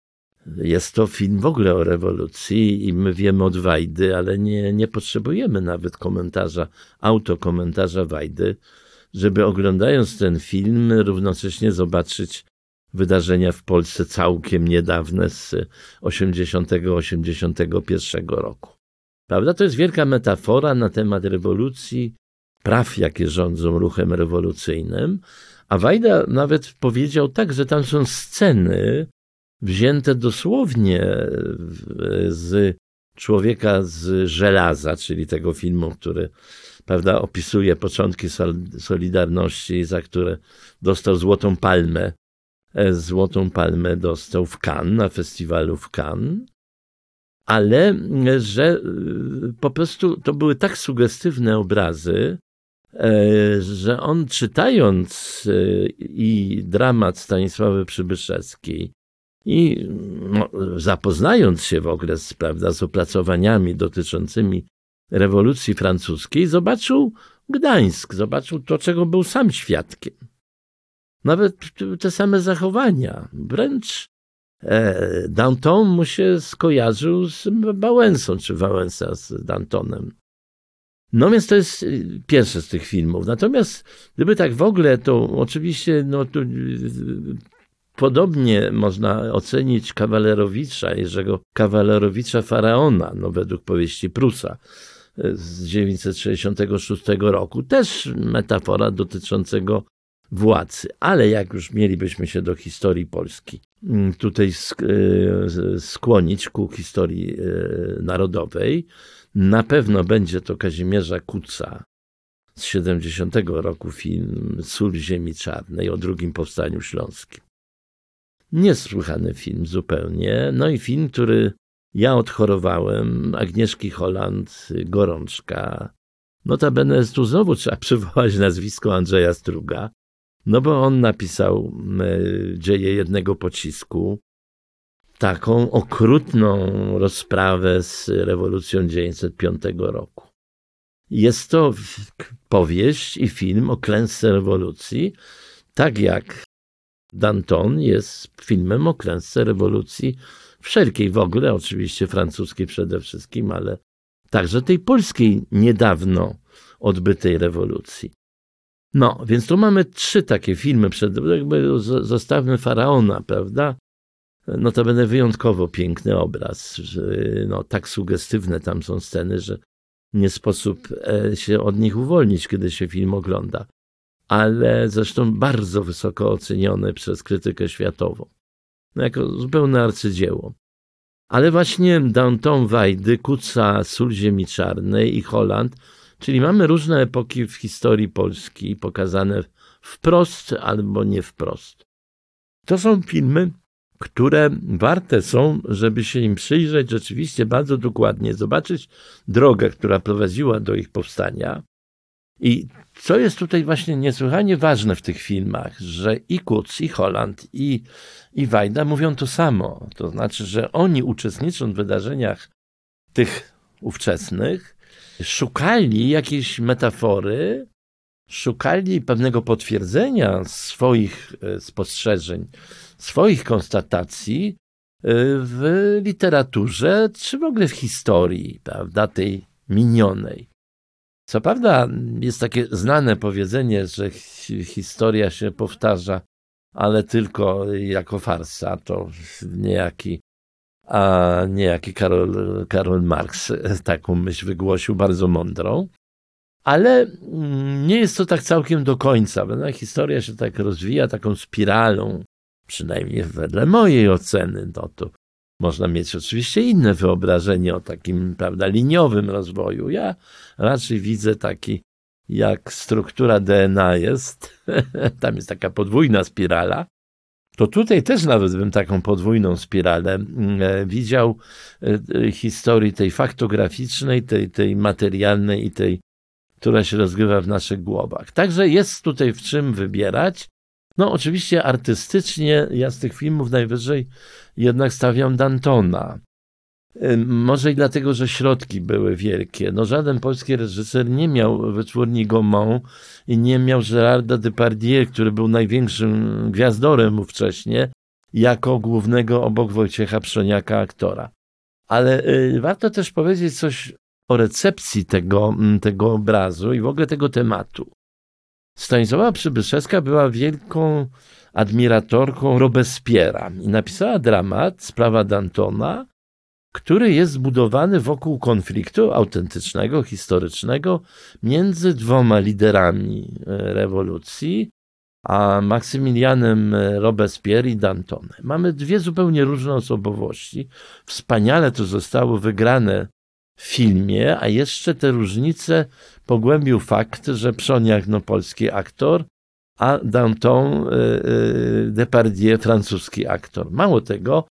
jest to film w ogóle o rewolucji i my wiemy od Wajdy, ale nie, nie potrzebujemy nawet komentarza, autokomentarza Wajdy, żeby oglądając ten film równocześnie zobaczyć wydarzenia w Polsce całkiem niedawne z osiemdziesiątego osiemdziesiątego pierwszego roku. Prawda? To jest wielka metafora na temat rewolucji, praw, jakie rządzą ruchem rewolucyjnym, a Wajda nawet powiedział tak, że tam są sceny wzięte dosłownie z Człowieka z żelaza, czyli tego filmu, który, prawda, opisuje początki Solidarności, za które dostał Złotą Palmę. Złotą Palmę dostał w Cannes, na festiwalu w Cannes, ale że po prostu to były tak sugestywne obrazy, że on czytając i dramat Stanisławy Przybyszewskiej i no, zapoznając się w ogóle z, prawda, z opracowaniami dotyczącymi rewolucji francuskiej, zobaczył Gdańsk, zobaczył to, czego był sam świadkiem. Nawet te same zachowania. Wręcz e, Danton mu się skojarzył z Wałęsą, czy Wałęsa z Dantonem. No więc to jest pierwszy z tych filmów. Natomiast gdyby tak w ogóle, to oczywiście no, to, podobnie można ocenić Kawalerowicza, Jerzego Kawalerowicza Faraona, no, według powieści Prusa z dziewięćset sześćdziesiątego szóstego roku. Też metafora dotyczącego władcy. Ale jak już mielibyśmy się do historii Polski tutaj skłonić ku historii narodowej, na pewno będzie to Kazimierza Kutza z siedemdziesiątego roku film Sól ziemi czarnej o drugim powstaniu śląskim. Niesłychany film zupełnie. No i film, który ja odchorowałem, Agnieszki Holland, Gorączka. Notabene tu znowu trzeba przywołać nazwisko Andrzeja Struga, no bo on napisał Dzieje jednego pocisku, taką okrutną rozprawę z rewolucją dziewięćset piątego roku. Jest to powieść i film o klęsce rewolucji, tak jak Danton jest filmem o klęsce rewolucji wszelkiej w ogóle, oczywiście francuskiej przede wszystkim, ale także tej polskiej niedawno odbytej rewolucji. No, więc tu mamy trzy takie filmy, przed, jakby zostawmy Faraona, prawda? No to będzie wyjątkowo piękny obraz, no, tak sugestywne tam są sceny, że nie sposób się od nich uwolnić, kiedy się film ogląda. Ale zresztą bardzo wysoko ocenione przez krytykę światową. No, jako zupełne arcydzieło. Ale właśnie Danton, Wajdy, Kutza, Sól ziemi czarnej i Holland, czyli mamy różne epoki w historii Polski pokazane wprost albo nie wprost. To są filmy, które warte są, żeby się im przyjrzeć rzeczywiście bardzo dokładnie, zobaczyć drogę, która prowadziła do ich powstania. I co jest tutaj właśnie niesłychanie ważne w tych filmach, że i Kutz, i Holland, i, i Wajda mówią to samo. To znaczy, że oni uczestnicząc w wydarzeniach tych ówczesnych, szukali jakiejś metafory, szukali pewnego potwierdzenia swoich spostrzeżeń, swoich konstatacji w literaturze, czy w ogóle w historii, prawda, tej minionej. Co prawda jest takie znane powiedzenie, że historia się powtarza, ale tylko jako farsa. To niejaki, a niejaki Karol, Karol Marx taką myśl wygłosił, bardzo mądrą. Ale nie jest to tak całkiem do końca. Historia się tak rozwija taką spiralą, przynajmniej wedle mojej oceny. No to można mieć oczywiście inne wyobrażenie o takim, prawda, liniowym rozwoju. Ja raczej widzę taki, jak struktura D N A jest, tam jest taka podwójna spirala, to tutaj też nawet bym taką podwójną spiralę widział historii tej faktograficznej, tej, tej materialnej i tej, która się rozgrywa w naszych głowach. Także jest tutaj w czym wybierać. No oczywiście artystycznie ja z tych filmów najwyżej jednak stawiam Dantona. Może i dlatego, że środki były wielkie. No żaden polski reżyser nie miał wytwórni Gaumont i nie miał Gérarda Depardieu, który był największym gwiazdorem ówcześnie, jako głównego obok Wojciecha Przoniaka aktora. Ale y, warto też powiedzieć coś o recepcji tego, tego obrazu i w ogóle tego tematu. Stanisława Przybyszewska była wielką admiratorką Robespiera i napisała dramat Sprawa Dantona, który jest zbudowany wokół konfliktu autentycznego, historycznego między dwoma liderami rewolucji, a Maksymilianem Robespierre i Dantonem. Mamy dwie zupełnie różne osobowości. Wspaniale to zostało wygrane w filmie, a jeszcze te różnice pogłębił fakt, że Przoniak, no polski aktor, a Danton, Depardieu, francuski aktor. Mało tego,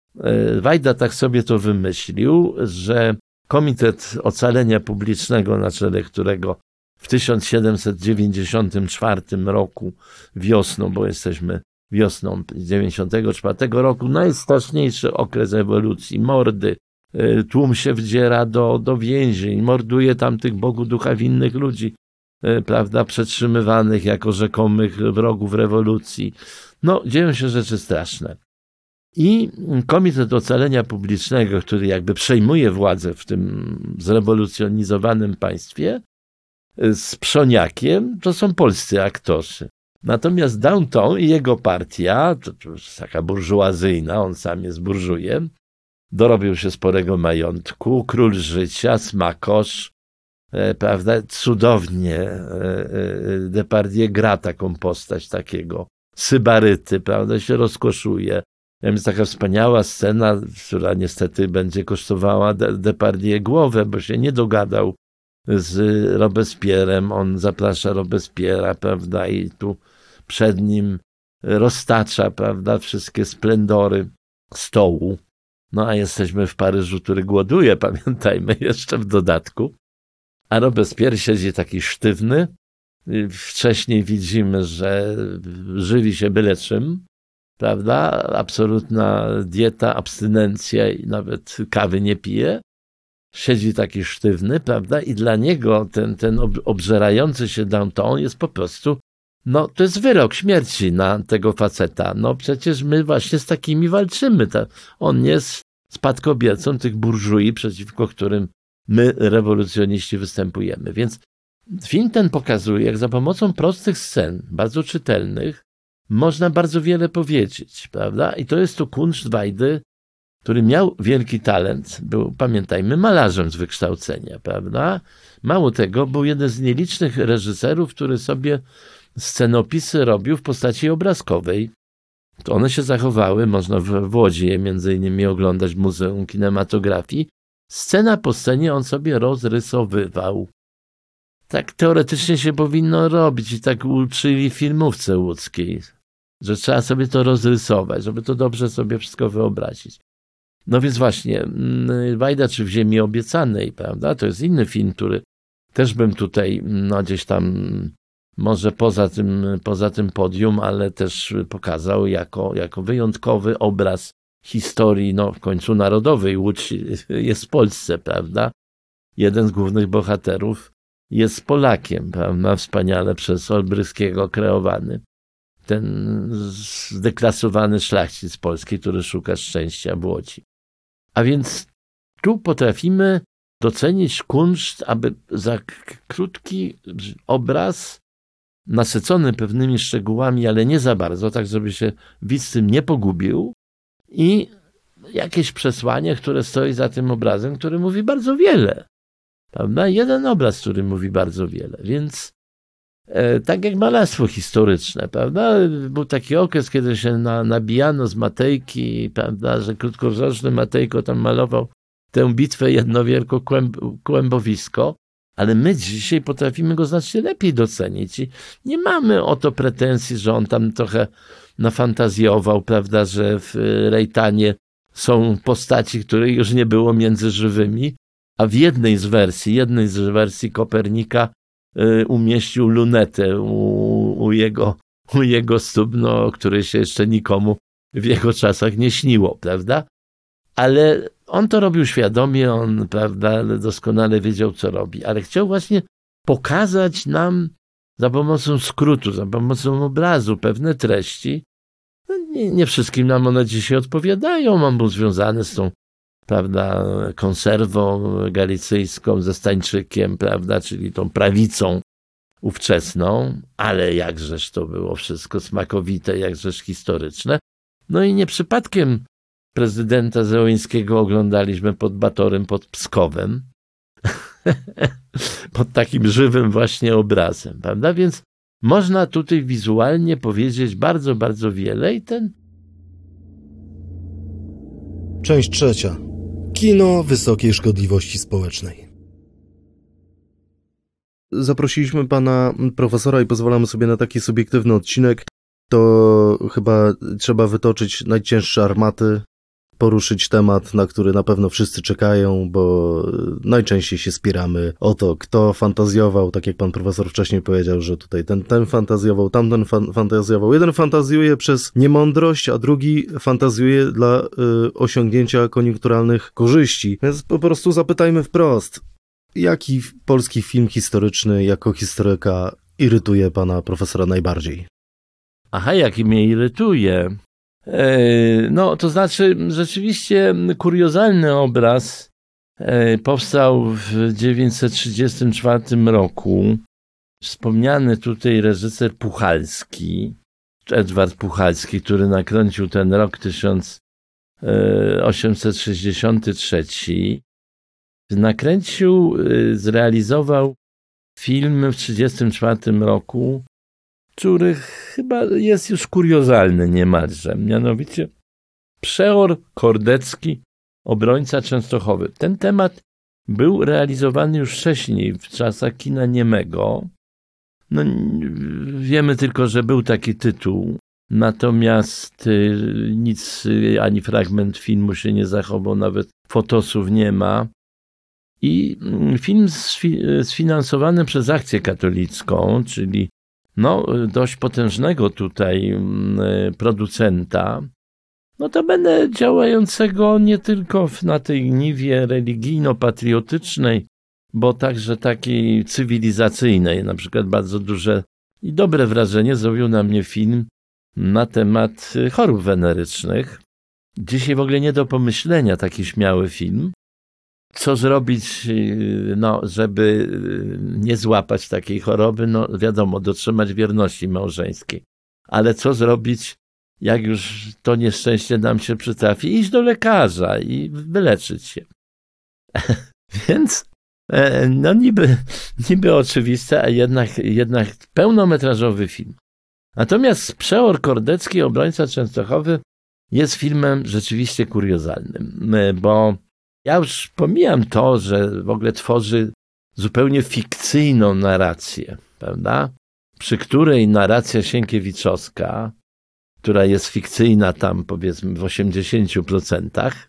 Wajda tak sobie to wymyślił, że Komitet Ocalenia Publicznego, na czele którego w tysiąc siedemset dziewięćdziesiątym czwartym roku wiosną, bo jesteśmy wiosną dziewięćdziesiątego czwartego roku, najstraszniejszy okres ewolucji, mordy, tłum się wdziera do, do więzień, morduje tam tych Bogu ducha winnych ludzi, prawda, przetrzymywanych jako rzekomych wrogów rewolucji. No, dzieją się rzeczy straszne. I Komitet Ocalenia Publicznego, który jakby przejmuje władzę w tym zrewolucjonizowanym państwie, z Przoniakiem, to są polscy aktorzy. Natomiast Danton i jego partia, to, to jest taka burżuazyjna, on sam jest burżujem, dorobił się sporego majątku, król życia, smakosz, e, prawda, cudownie e, e, Depardieu gra taką postać takiego sybaryty, prawda, się rozkoszuje. Jest taka wspaniała scena, która niestety będzie kosztowała Depardieu głowę, bo się nie dogadał z Robespierrem. On zaprasza Robespierra, prawda, i tu przed nim roztacza, prawda, wszystkie splendory stołu. No a jesteśmy w Paryżu, który głoduje, pamiętajmy, jeszcze w dodatku. A Robespierre siedzi taki sztywny. Wcześniej widzimy, że żywi się byle czym, prawda? Absolutna dieta, abstynencja i nawet kawy nie pije. Siedzi taki sztywny, prawda? I dla niego ten, ten obżerający się Danton jest po prostu, no to jest wyrok śmierci na tego faceta. No przecież my właśnie z takimi walczymy. On jest spadkobiercą tych burżui, przeciwko którym my, rewolucjoniści, występujemy. Więc film ten pokazuje, jak za pomocą prostych scen, bardzo czytelnych, można bardzo wiele powiedzieć, prawda? I to jest tu kunszt Wajdy, który miał wielki talent, był, pamiętajmy, malarzem z wykształcenia, prawda? Mało tego, był jeden z nielicznych reżyserów, który sobie scenopisy robił w postaci obrazkowej. To one się zachowały, można w, w Łodzi je między innymi oglądać w Muzeum Kinematografii. Scena po scenie on sobie rozrysowywał. Tak teoretycznie się powinno robić i tak uczyli w filmówce łódzkiej, że trzeba sobie to rozrysować, żeby to dobrze sobie wszystko wyobrazić. No więc właśnie, Wajda czy w Ziemi Obiecanej, prawda, to jest inny film, który też bym tutaj no, gdzieś tam może poza tym, poza tym podium, ale też pokazał jako, jako wyjątkowy obraz historii, no w końcu narodowej. Łódź jest w Polsce, prawda? Jeden z głównych bohaterów jest Polakiem, prawda? Wspaniale przez Olbrychskiego kreowany. Ten zdeklasowany szlachcic polski, który szuka szczęścia w Łodzi. A więc tu potrafimy docenić kunszt, aby za krótki obraz, nasycony pewnymi szczegółami, ale nie za bardzo, tak żeby się widz tym nie pogubił, i jakieś przesłanie, które stoi za tym obrazem, który mówi bardzo wiele. Prawda? Jeden obraz, który mówi bardzo wiele. Więc e, tak jak malarstwo historyczne, prawda? Był taki okres, kiedy się na, nabijano z Matejki, prawda, że krótkowzroczny Matejko tam malował tę bitwę jedno wielko kłęb, kłębowisko, ale my dzisiaj potrafimy go znacznie lepiej docenić i nie mamy o to pretensji, że on tam trochę nafantazjował, prawda, że w Rejtanie są postaci, których już nie było między żywymi, a w jednej z wersji, jednej z wersji Kopernika y, umieścił lunetę u, u, jego, u jego stóp, no, której się jeszcze nikomu w jego czasach nie śniło, prawda? Ale on to robił świadomie, on, prawda, doskonale wiedział, co robi, ale chciał właśnie pokazać nam za pomocą skrótu, za pomocą obrazu pewne treści. No, nie, nie wszystkim nam one dzisiaj odpowiadają, on był związany z tą, prawda, konserwą galicyjską, ze Stańczykiem, prawda, czyli tą prawicą ówczesną, ale jakżeż to było wszystko smakowite, jakżeż historyczne. No i nie przypadkiem prezydenta Zełońskiego oglądaliśmy pod Batorym, pod Pskowem, pod takim żywym właśnie obrazem, prawda? Więc można tutaj wizualnie powiedzieć bardzo, bardzo wiele i ten... Część trzecia. Kino wysokiej szkodliwości społecznej. Zaprosiliśmy pana profesora i pozwalamy sobie na taki subiektywny odcinek. To chyba trzeba wytoczyć najcięższe armaty, poruszyć temat, na który na pewno wszyscy czekają, bo najczęściej się spieramy o to, kto fantazjował, tak jak pan profesor wcześniej powiedział, że tutaj ten, ten fantazjował, tamten fan, fantazjował. Jeden fantazjuje przez niemądrość, a drugi fantazjuje dla y, osiągnięcia koniunkturalnych korzyści. Więc po prostu zapytajmy wprost, Jaki polski film historyczny jako historyka irytuje pana profesora najbardziej? Aha, jaki mnie irytuje. E, no, to znaczy rzeczywiście kuriozalny obraz e, powstał w tysiąc dziewięćset trzydziestym czwartym roku. Wspomniany tutaj reżyser Puchalski, Edward Puchalski, który nakręcił ten rok tysiąc osiemset sześćdziesiąty trzeci, nakręcił, zrealizował film w tysiąc dziewięćset trzydziestym czwartym roku, który chyba jest już kuriozalny niemalże, mianowicie Przeor Kordecki, obrońca Częstochowy. Ten temat był realizowany już wcześniej, w czasach kina niemego. No, wiemy tylko, że był taki tytuł, natomiast nic, ani fragment filmu się nie zachował, nawet fotosów nie ma. I film sfinansowany przez Akcję Katolicką, czyli no, dość potężnego tutaj producenta, notabene działającego nie tylko na tej niwie religijno-patriotycznej, bo także takiej cywilizacyjnej. Na przykład bardzo duże i dobre wrażenie zrobił na mnie film na temat chorób wenerycznych. Dzisiaj w ogóle nie do pomyślenia taki śmiały film. Co zrobić, no, żeby nie złapać takiej choroby? No wiadomo, dotrzymać wierności małżeńskiej. Ale co zrobić, jak już to nieszczęście nam się przytrafi? Iść do lekarza i wyleczyć się. Więc no niby, niby oczywiste, a jednak, jednak pełnometrażowy film. Natomiast Przeor Kordecki, obrońca Częstochowy, jest filmem rzeczywiście kuriozalnym, bo ja już pomijam to, że w ogóle tworzy zupełnie fikcyjną narrację, prawda? Przy której narracja sienkiewiczowska, która jest fikcyjna tam powiedzmy w osiemdziesięciu procentach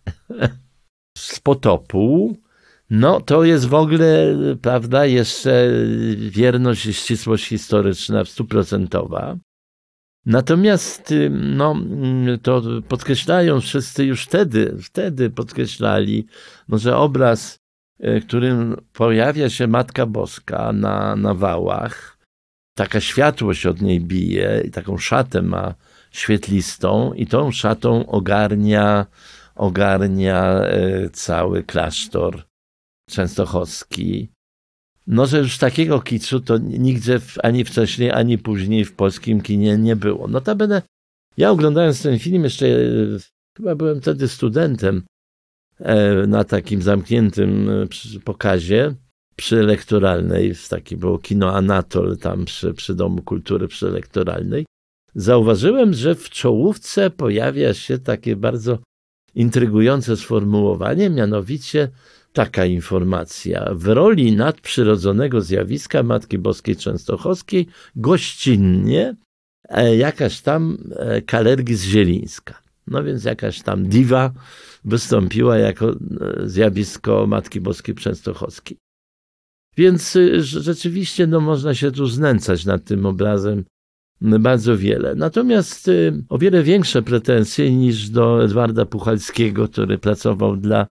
z potopu, no to jest w ogóle, prawda, jeszcze wierność i ścisłość historyczna stuprocentowa. Natomiast no, to podkreślają wszyscy już wtedy, wtedy podkreślali, no, że obraz, w którym pojawia się Matka Boska na, na wałach, taka światłość od niej bije i taką szatę ma świetlistą i tą szatą ogarnia, ogarnia cały klasztor częstochowski. No, że już takiego kiczu to nigdzie ani wcześniej, ani później w polskim kinie nie było. Notabene ja oglądając ten film jeszcze, chyba byłem wtedy studentem na takim zamkniętym pokazie przylektoralnej, takie było kino Anatol tam przy, przy Domu Kultury przylektoralnej. Zauważyłem, że w czołówce pojawia się takie bardzo intrygujące sformułowanie, mianowicie taka informacja. W roli nadprzyrodzonego zjawiska Matki Boskiej Częstochowskiej gościnnie jakaś tam Kalergis Zielińska. No więc jakaś tam diwa wystąpiła jako zjawisko Matki Boskiej Częstochowskiej. Więc rzeczywiście no, można się tu znęcać nad tym obrazem bardzo wiele. Natomiast o wiele większe pretensje niż do Edwarda Puchalskiego, który pracował dla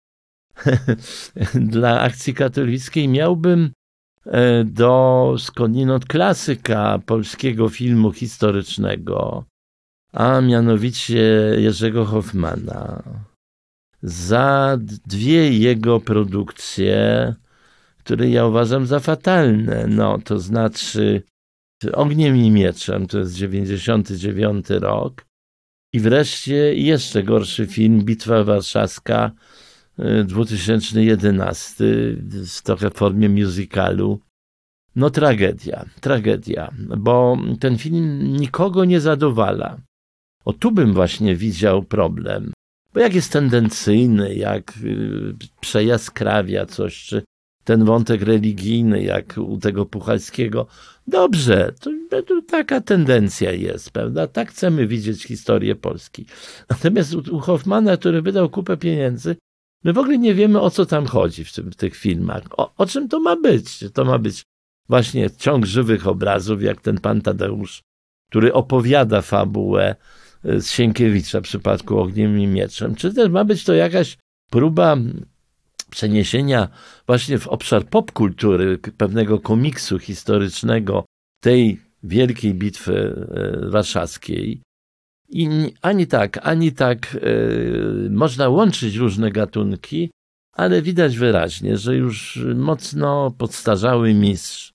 dla Akcji Katolickiej, miałbym do skądinąd klasyka polskiego filmu historycznego, a mianowicie Jerzego Hoffmana, za dwie jego produkcje, które ja uważam za fatalne. No, to znaczy Ogniem i mieczem, to jest dziewięćdziesiąty dziewiąty rok, i wreszcie jeszcze gorszy film Bitwa Warszawska, dwa tysiące jedenasty, w trochę formie musicalu. No tragedia, tragedia, bo ten film nikogo nie zadowala. O, tu bym właśnie widział problem, bo jak jest tendencyjny, jak przejaskrawia coś, czy ten wątek religijny, jak u tego Puchalskiego, dobrze, to, to taka tendencja jest, prawda? Tak chcemy widzieć historię Polski. Natomiast u, u Hoffmana, który wydał kupę pieniędzy, my w ogóle nie wiemy, o co tam chodzi w, tym, w tych filmach. O, o czym to ma być? To ma być właśnie ciąg żywych obrazów, jak ten pan Tadeusz, który opowiada fabułę z Sienkiewicza w przypadku Ogniem i mieczem. Czy też ma być to jakaś próba przeniesienia właśnie w obszar popkultury, pewnego komiksu historycznego tej wielkiej bitwy warszawskiej. I ani tak, ani tak yy, można łączyć różne gatunki, ale widać wyraźnie, że już mocno podstarzały mistrz,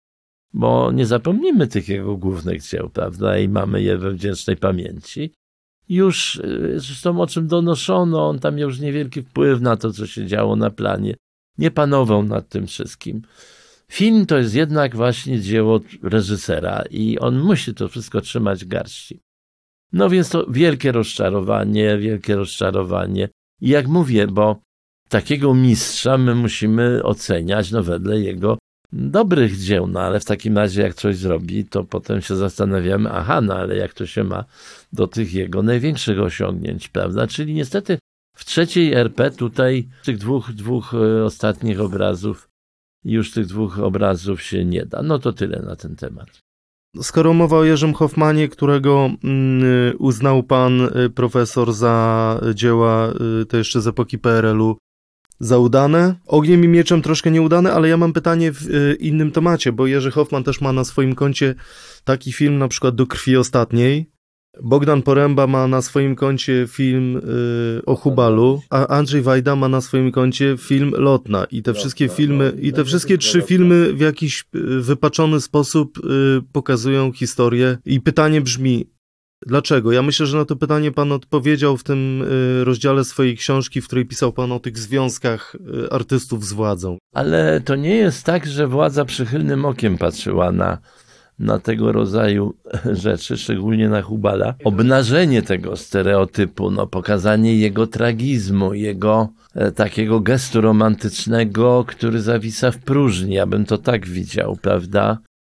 bo nie zapomnimy tych jego głównych dzieł, prawda, i mamy je we wdzięcznej pamięci. Już, zresztą o czym donoszono, on tam miał już niewielki wpływ na to, co się działo na planie. Nie panował nad tym wszystkim. Film to jest jednak właśnie dzieło reżysera i on musi to wszystko trzymać w garści. No więc to wielkie rozczarowanie, wielkie rozczarowanie. I jak mówię, bo takiego mistrza my musimy oceniać no wedle jego dobrych dzieł, no ale w takim razie jak coś zrobi, to potem się zastanawiamy, aha, no ale jak to się ma do tych jego największych osiągnięć, prawda? Czyli niestety w trzeciej R P tutaj tych dwóch, dwóch ostatnich obrazów, już tych dwóch obrazów się nie da. No to tyle na ten temat. Skoro mowa o Jerzym Hoffmanie, którego mm, uznał pan y, profesor za dzieła y, to jeszcze z epoki P R L u za udane, Ogniem i mieczem troszkę nieudane, ale ja mam pytanie w y, innym temacie, bo Jerzy Hoffman też ma na swoim koncie taki film na przykład Do krwi ostatniej. Bogdan Poręba ma na swoim koncie film y, o Hubalu, a Andrzej Wajda ma na swoim koncie film Lotna. I te wszystkie filmy, i te wszystkie trzy filmy w jakiś y, wypaczony sposób y, pokazują historię. I pytanie brzmi, dlaczego? Ja myślę, że na to pytanie pan odpowiedział w tym y, rozdziale swojej książki, w której pisał pan o tych związkach y, artystów z władzą. Ale to nie jest tak, że władza przychylnym okiem patrzyła na na tego rodzaju rzeczy, szczególnie na Hubala. Obnażenie tego stereotypu, no, pokazanie jego tragizmu, jego e, takiego gestu romantycznego, który zawisa w próżni. Ja bym to tak widział, prawda?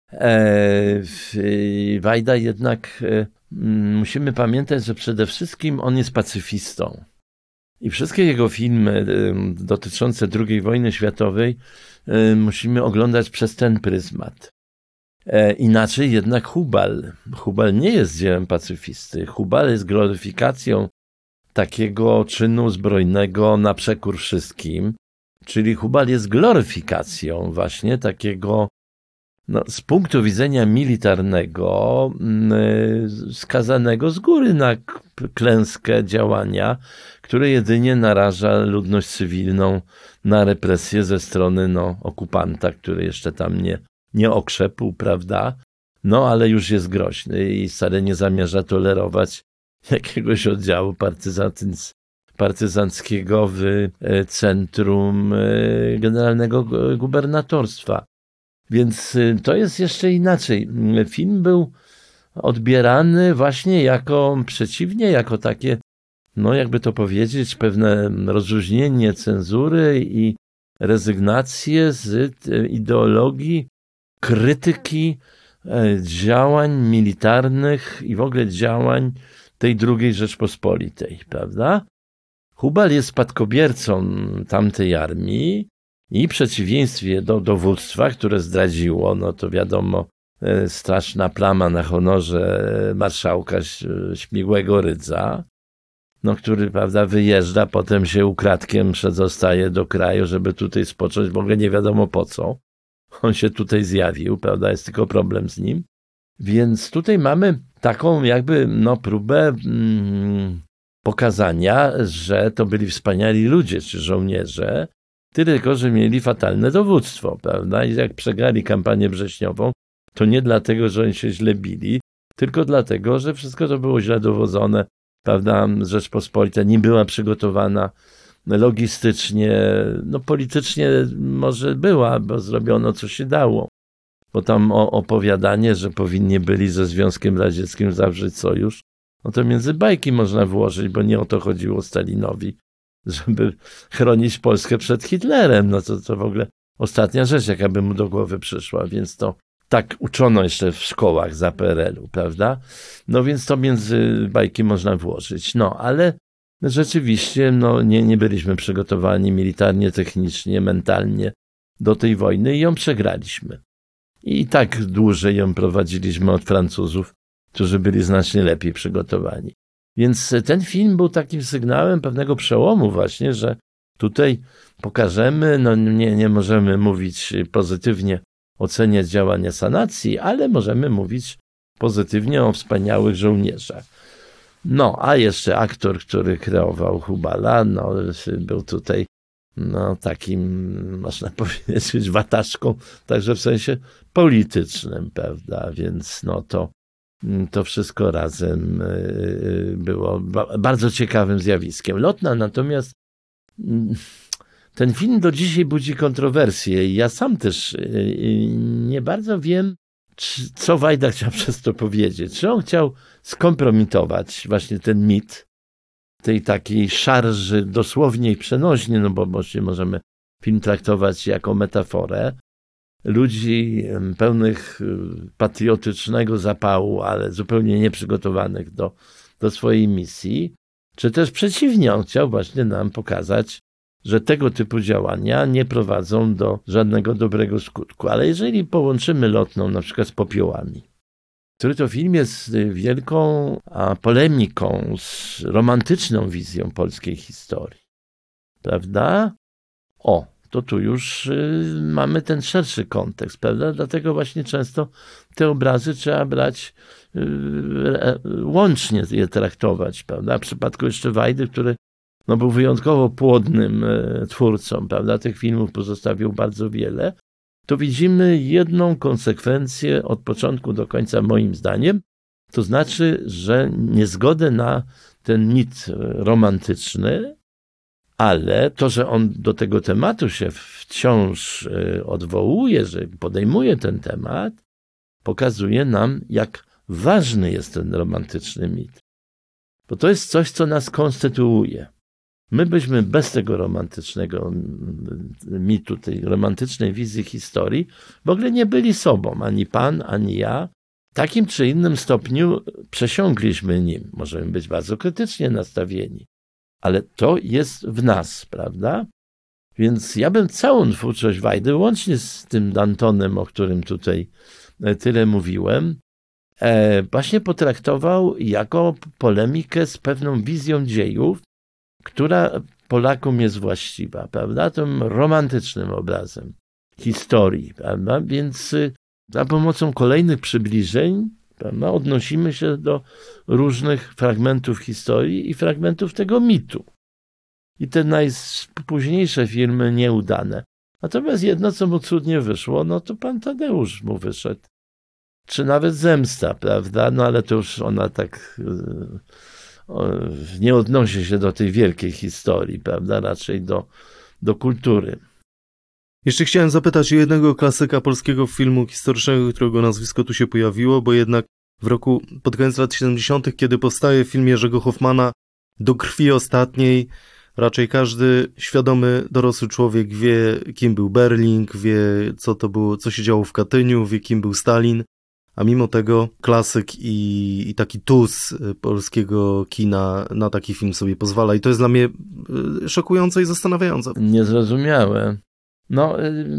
E, Wajda jednak e, musimy pamiętać, że przede wszystkim on jest pacyfistą. I wszystkie jego filmy e, dotyczące drugiej wojny światowej e, musimy oglądać przez ten pryzmat. E, inaczej jednak Hubal. Hubal nie jest dziełem pacyfisty. Hubal jest gloryfikacją takiego czynu zbrojnego na przekór wszystkim. Czyli Hubal jest gloryfikacją właśnie takiego, no, z punktu widzenia militarnego, yy, skazanego z góry na klęskę działania, które jedynie naraża ludność cywilną na represję ze strony no, okupanta, który jeszcze tam nie nie okrzepł, prawda? No, ale już jest groźny i wcale nie zamierza tolerować jakiegoś oddziału partyzanc- partyzanckiego w centrum generalnego gubernatorstwa. Więc to jest jeszcze inaczej. Film był odbierany właśnie jako przeciwnie, jako takie, no jakby to powiedzieć, pewne rozróżnienie cenzury i rezygnację z ideologii krytyki działań militarnych i w ogóle działań tej drugiej Rzeczpospolitej, prawda? Hubal jest spadkobiercą tamtej armii i w przeciwieństwie do dowództwa, które zdradziło, no to wiadomo, straszna plama na honorze marszałka Śmigłego Rydza, no który, prawda, wyjeżdża, potem się ukradkiem przedostaje do kraju, żeby tutaj spocząć, w ogóle nie wiadomo po co. On się tutaj zjawił, prawda, jest tylko problem z nim. Więc tutaj mamy taką jakby no, próbę mm, pokazania, że to byli wspaniali ludzie, czy żołnierze, tylko że mieli fatalne dowództwo, prawda? I jak przegrali kampanię wrześniową, to nie dlatego, że oni się źle bili, tylko dlatego, że wszystko to było źle dowodzone, prawda? Rzeczpospolita nie była przygotowana logistycznie, no politycznie może była, bo zrobiono co się dało. Bo tam o, opowiadanie, że powinni byli ze Związkiem Radzieckim zawrzeć sojusz, no to między bajki można włożyć, bo nie o to chodziło Stalinowi, żeby chronić Polskę przed Hitlerem. No to, to w ogóle ostatnia rzecz, jaka by mu do głowy przyszła, więc to tak uczono jeszcze w szkołach za P R L u, prawda? No więc to między bajki można włożyć. No, ale rzeczywiście no, nie, nie byliśmy przygotowani militarnie, technicznie, mentalnie do tej wojny i ją przegraliśmy. I tak dłużej ją prowadziliśmy od Francuzów, którzy byli znacznie lepiej przygotowani. Więc ten film był takim sygnałem pewnego przełomu właśnie, że Tutaj pokażemy, no nie, nie możemy mówić pozytywnie, oceniać działania sanacji, ale możemy mówić pozytywnie o wspaniałych żołnierzach. No, a jeszcze aktor, który kreował Hubala, no, był tutaj no, takim, można powiedzieć, watażką, także w sensie politycznym, prawda, więc no to, to wszystko razem było bardzo ciekawym zjawiskiem. Lotna natomiast ten film do dzisiaj budzi kontrowersje i ja sam też nie bardzo wiem, co Wajda chciał przez to powiedzieć. Czy on chciał skompromitować właśnie ten mit tej takiej szarży dosłownie i przenośnie, no bo właśnie możemy film traktować jako metaforę, ludzi pełnych patriotycznego zapału, ale zupełnie nieprzygotowanych do, do swojej misji, czy też przeciwnie, on chciał właśnie nam pokazać, że tego typu działania nie prowadzą do żadnego dobrego skutku. Ale jeżeli połączymy Lotną na przykład z Popiołami, który to film jest wielką polemiką z romantyczną wizją polskiej historii, prawda? O, to tu już y, mamy ten szerszy kontekst, prawda? Dlatego właśnie często te obrazy trzeba brać, y, y, łącznie je traktować, prawda? W przypadku jeszcze Wajdy, który no, był wyjątkowo płodnym y, twórcą, prawda? Tych filmów pozostawił bardzo wiele. To widzimy jedną konsekwencję od początku do końca, moim zdaniem, to znaczy, że niezgodę na ten mit romantyczny, ale to, że on do tego tematu się wciąż odwołuje, że podejmuje ten temat, pokazuje nam, jak ważny jest ten romantyczny mit. Bo to jest coś, co nas konstytuuje. My byśmy bez tego romantycznego mitu, tej romantycznej wizji historii w ogóle nie byli sobą, ani pan, ani ja. W takim czy innym stopniu przesiągliśmy nim. Możemy być bardzo krytycznie nastawieni, ale to jest w nas, prawda? Więc ja bym całą twórczość Wajdy, łącznie z tym Dantonem, o którym tutaj tyle mówiłem, właśnie potraktował jako polemikę z pewną wizją dziejów, która Polakom jest właściwa, prawda? Tym romantycznym obrazem historii, prawda? Więc za pomocą kolejnych przybliżeń, prawda, odnosimy się do różnych fragmentów historii i fragmentów tego mitu. I te najpóźniejsze filmy nieudane. Natomiast jedno, co mu cudnie wyszło, no to Pan Tadeusz mu wyszedł. Czy nawet Zemsta, prawda? No ale to już ona tak nie odnosi się do tej wielkiej historii, prawda? Raczej do, do kultury. Jeszcze chciałem zapytać o jednego klasyka polskiego filmu historycznego, którego nazwisko tu się pojawiło, bo jednak w roku, pod koniec lat siedemdziesiątych, kiedy powstaje film Jerzego Hoffmana Do krwi ostatniej, raczej każdy świadomy dorosły człowiek wie, kim był Berling, wie, co to było, co się działo w Katyniu, wie, kim był Stalin, a mimo tego klasyk i, i taki tus polskiego kina na taki film sobie pozwala. I to jest dla mnie szokujące i zastanawiające. Niezrozumiałe. No,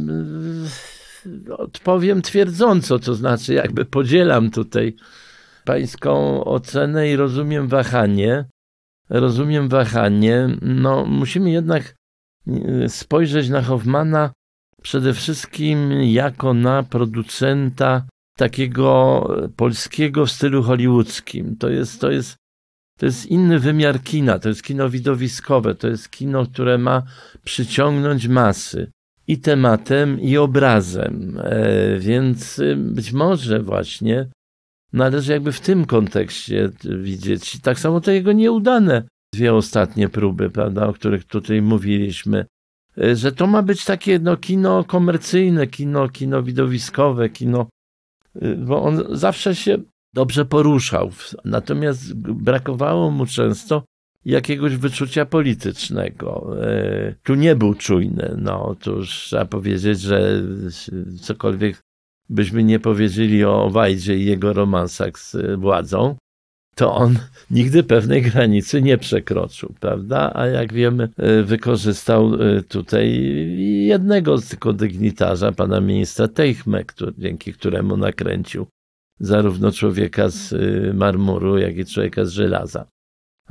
yy, odpowiem twierdząco, to znaczy jakby podzielam tutaj pańską ocenę i rozumiem wahanie. Rozumiem wahanie. No, musimy jednak spojrzeć na Hoffmana przede wszystkim jako na producenta takiego polskiego w stylu hollywoodzkim. To jest, to jest, to jest inny wymiar kina, to jest kino widowiskowe, to jest kino, które ma przyciągnąć masy i tematem, i obrazem. E, więc być może właśnie należy jakby w tym kontekście widzieć. Tak samo te jego nieudane dwie ostatnie próby, prawda, o których tutaj mówiliśmy, że to ma być takie no, kino komercyjne, kino, kino widowiskowe, kino, bo on zawsze się dobrze poruszał, natomiast brakowało mu często jakiegoś wyczucia politycznego. Tu nie był czujny. No, otóż trzeba powiedzieć, że cokolwiek byśmy nie powiedzieli o Wajdzie i jego romansach z władzą, to on nigdy pewnej granicy nie przekroczył, prawda? A jak wiemy, wykorzystał tutaj jednego tylko dygnitarza, pana ministra Teichmę, który, dzięki któremu nakręcił zarówno Człowieka z marmuru, jak i Człowieka z żelaza.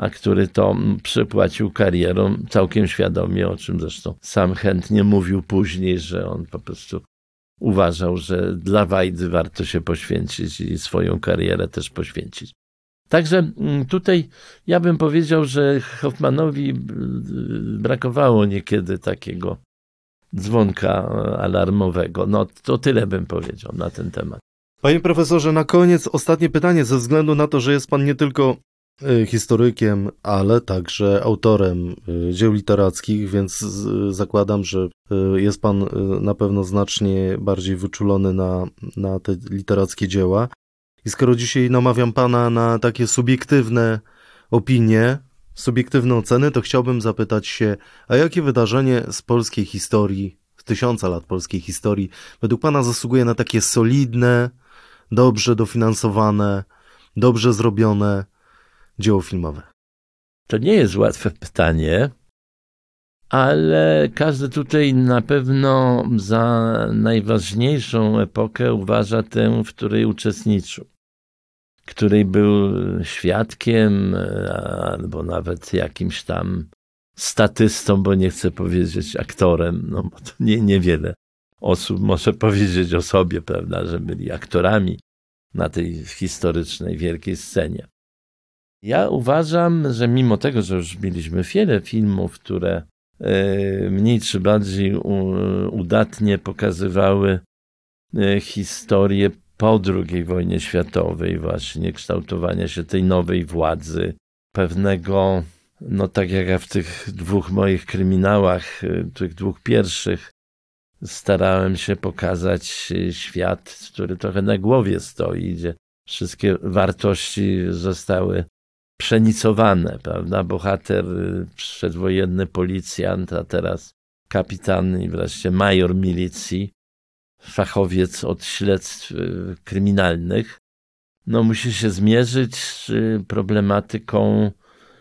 a który to przypłacił karierą całkiem świadomie, o czym zresztą sam chętnie mówił później, że on po prostu uważał, że dla Wajdy warto się poświęcić i swoją karierę też poświęcić. Także tutaj ja bym powiedział, że Hoffmanowi brakowało niekiedy takiego dzwonka alarmowego. No to tyle bym powiedział na ten temat. Panie profesorze, na koniec ostatnie pytanie, ze względu na to, że jest pan nie tylko historykiem, ale także autorem dzieł literackich, więc zakładam, że jest pan na pewno znacznie bardziej wyczulony na, na te literackie dzieła. I skoro dzisiaj namawiam pana na takie subiektywne opinie, subiektywne oceny, to chciałbym zapytać się, a jakie wydarzenie z polskiej historii, z tysiąca lat polskiej historii, według pana zasługuje na takie solidne, dobrze dofinansowane, dobrze zrobione dzieło filmowe? To nie jest łatwe pytanie, ale każdy tutaj na pewno za najważniejszą epokę uważa tę, w której uczestniczył, której był świadkiem albo nawet jakimś tam statystą, bo nie chcę powiedzieć aktorem, no bo to nie, niewiele osób może powiedzieć o sobie, prawda, że byli aktorami na tej historycznej, wielkiej scenie. Ja uważam, że mimo tego, że już mieliśmy wiele filmów, które mniej czy bardziej udatnie pokazywały historię po drugiej wojnie światowej, właśnie kształtowania się tej nowej władzy, pewnego, no tak jak ja w tych dwóch moich kryminałach, tych dwóch pierwszych, starałem się pokazać świat, który trochę na głowie stoi, gdzie wszystkie wartości zostały przenicowane, prawda? Bohater, przedwojenny policjant, a teraz kapitan i wreszcie major milicji, fachowiec od śledztw kryminalnych, no musi się zmierzyć z problematyką,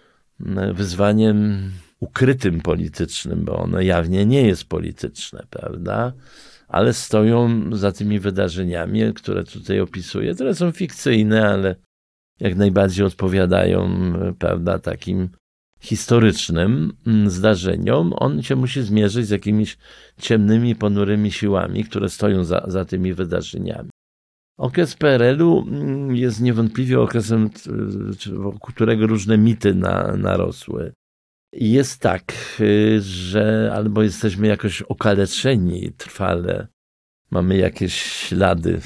wyzwaniem ukrytym politycznym, bo ono jawnie nie jest polityczne, prawda? Ale stoją za tymi wydarzeniami, które tutaj opisuję, które są fikcyjne, ale jak najbardziej odpowiadają, prawda, takim historycznym zdarzeniom. On się musi zmierzyć z jakimiś ciemnymi, ponurymi siłami, które stoją za, za tymi wydarzeniami. Okres P R L u jest niewątpliwie okresem, wokół którego różne mity na, narosły. I jest tak, że albo jesteśmy jakoś okaleczeni trwale, mamy jakieś ślady,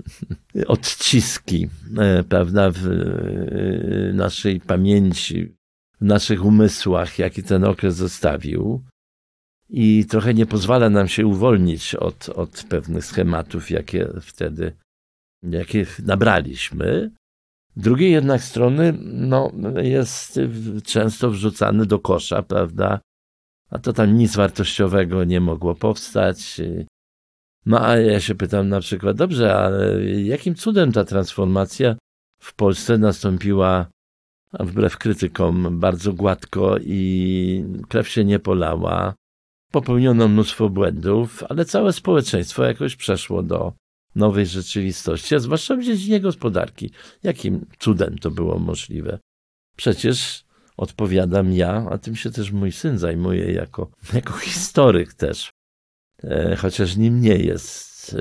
odciski, prawda, w naszej pamięci, w naszych umysłach, jaki ten okres zostawił i trochę nie pozwala nam się uwolnić od, od pewnych schematów, jakie wtedy, jakie nabraliśmy. Z drugiej jednak strony, no, jest często wrzucany do kosza, prawda, a to tam nic wartościowego nie mogło powstać. No a ja się pytam na przykład, dobrze, ale jakim cudem ta transformacja w Polsce nastąpiła, wbrew krytykom, bardzo gładko i krew się nie polała, popełniono mnóstwo błędów, ale całe społeczeństwo jakoś przeszło do nowej rzeczywistości, a zwłaszcza w dziedzinie gospodarki. Jakim cudem to było możliwe? Przecież odpowiadam ja, a tym się też mój syn zajmuje jako, jako historyk też. Chociaż nim nie jest.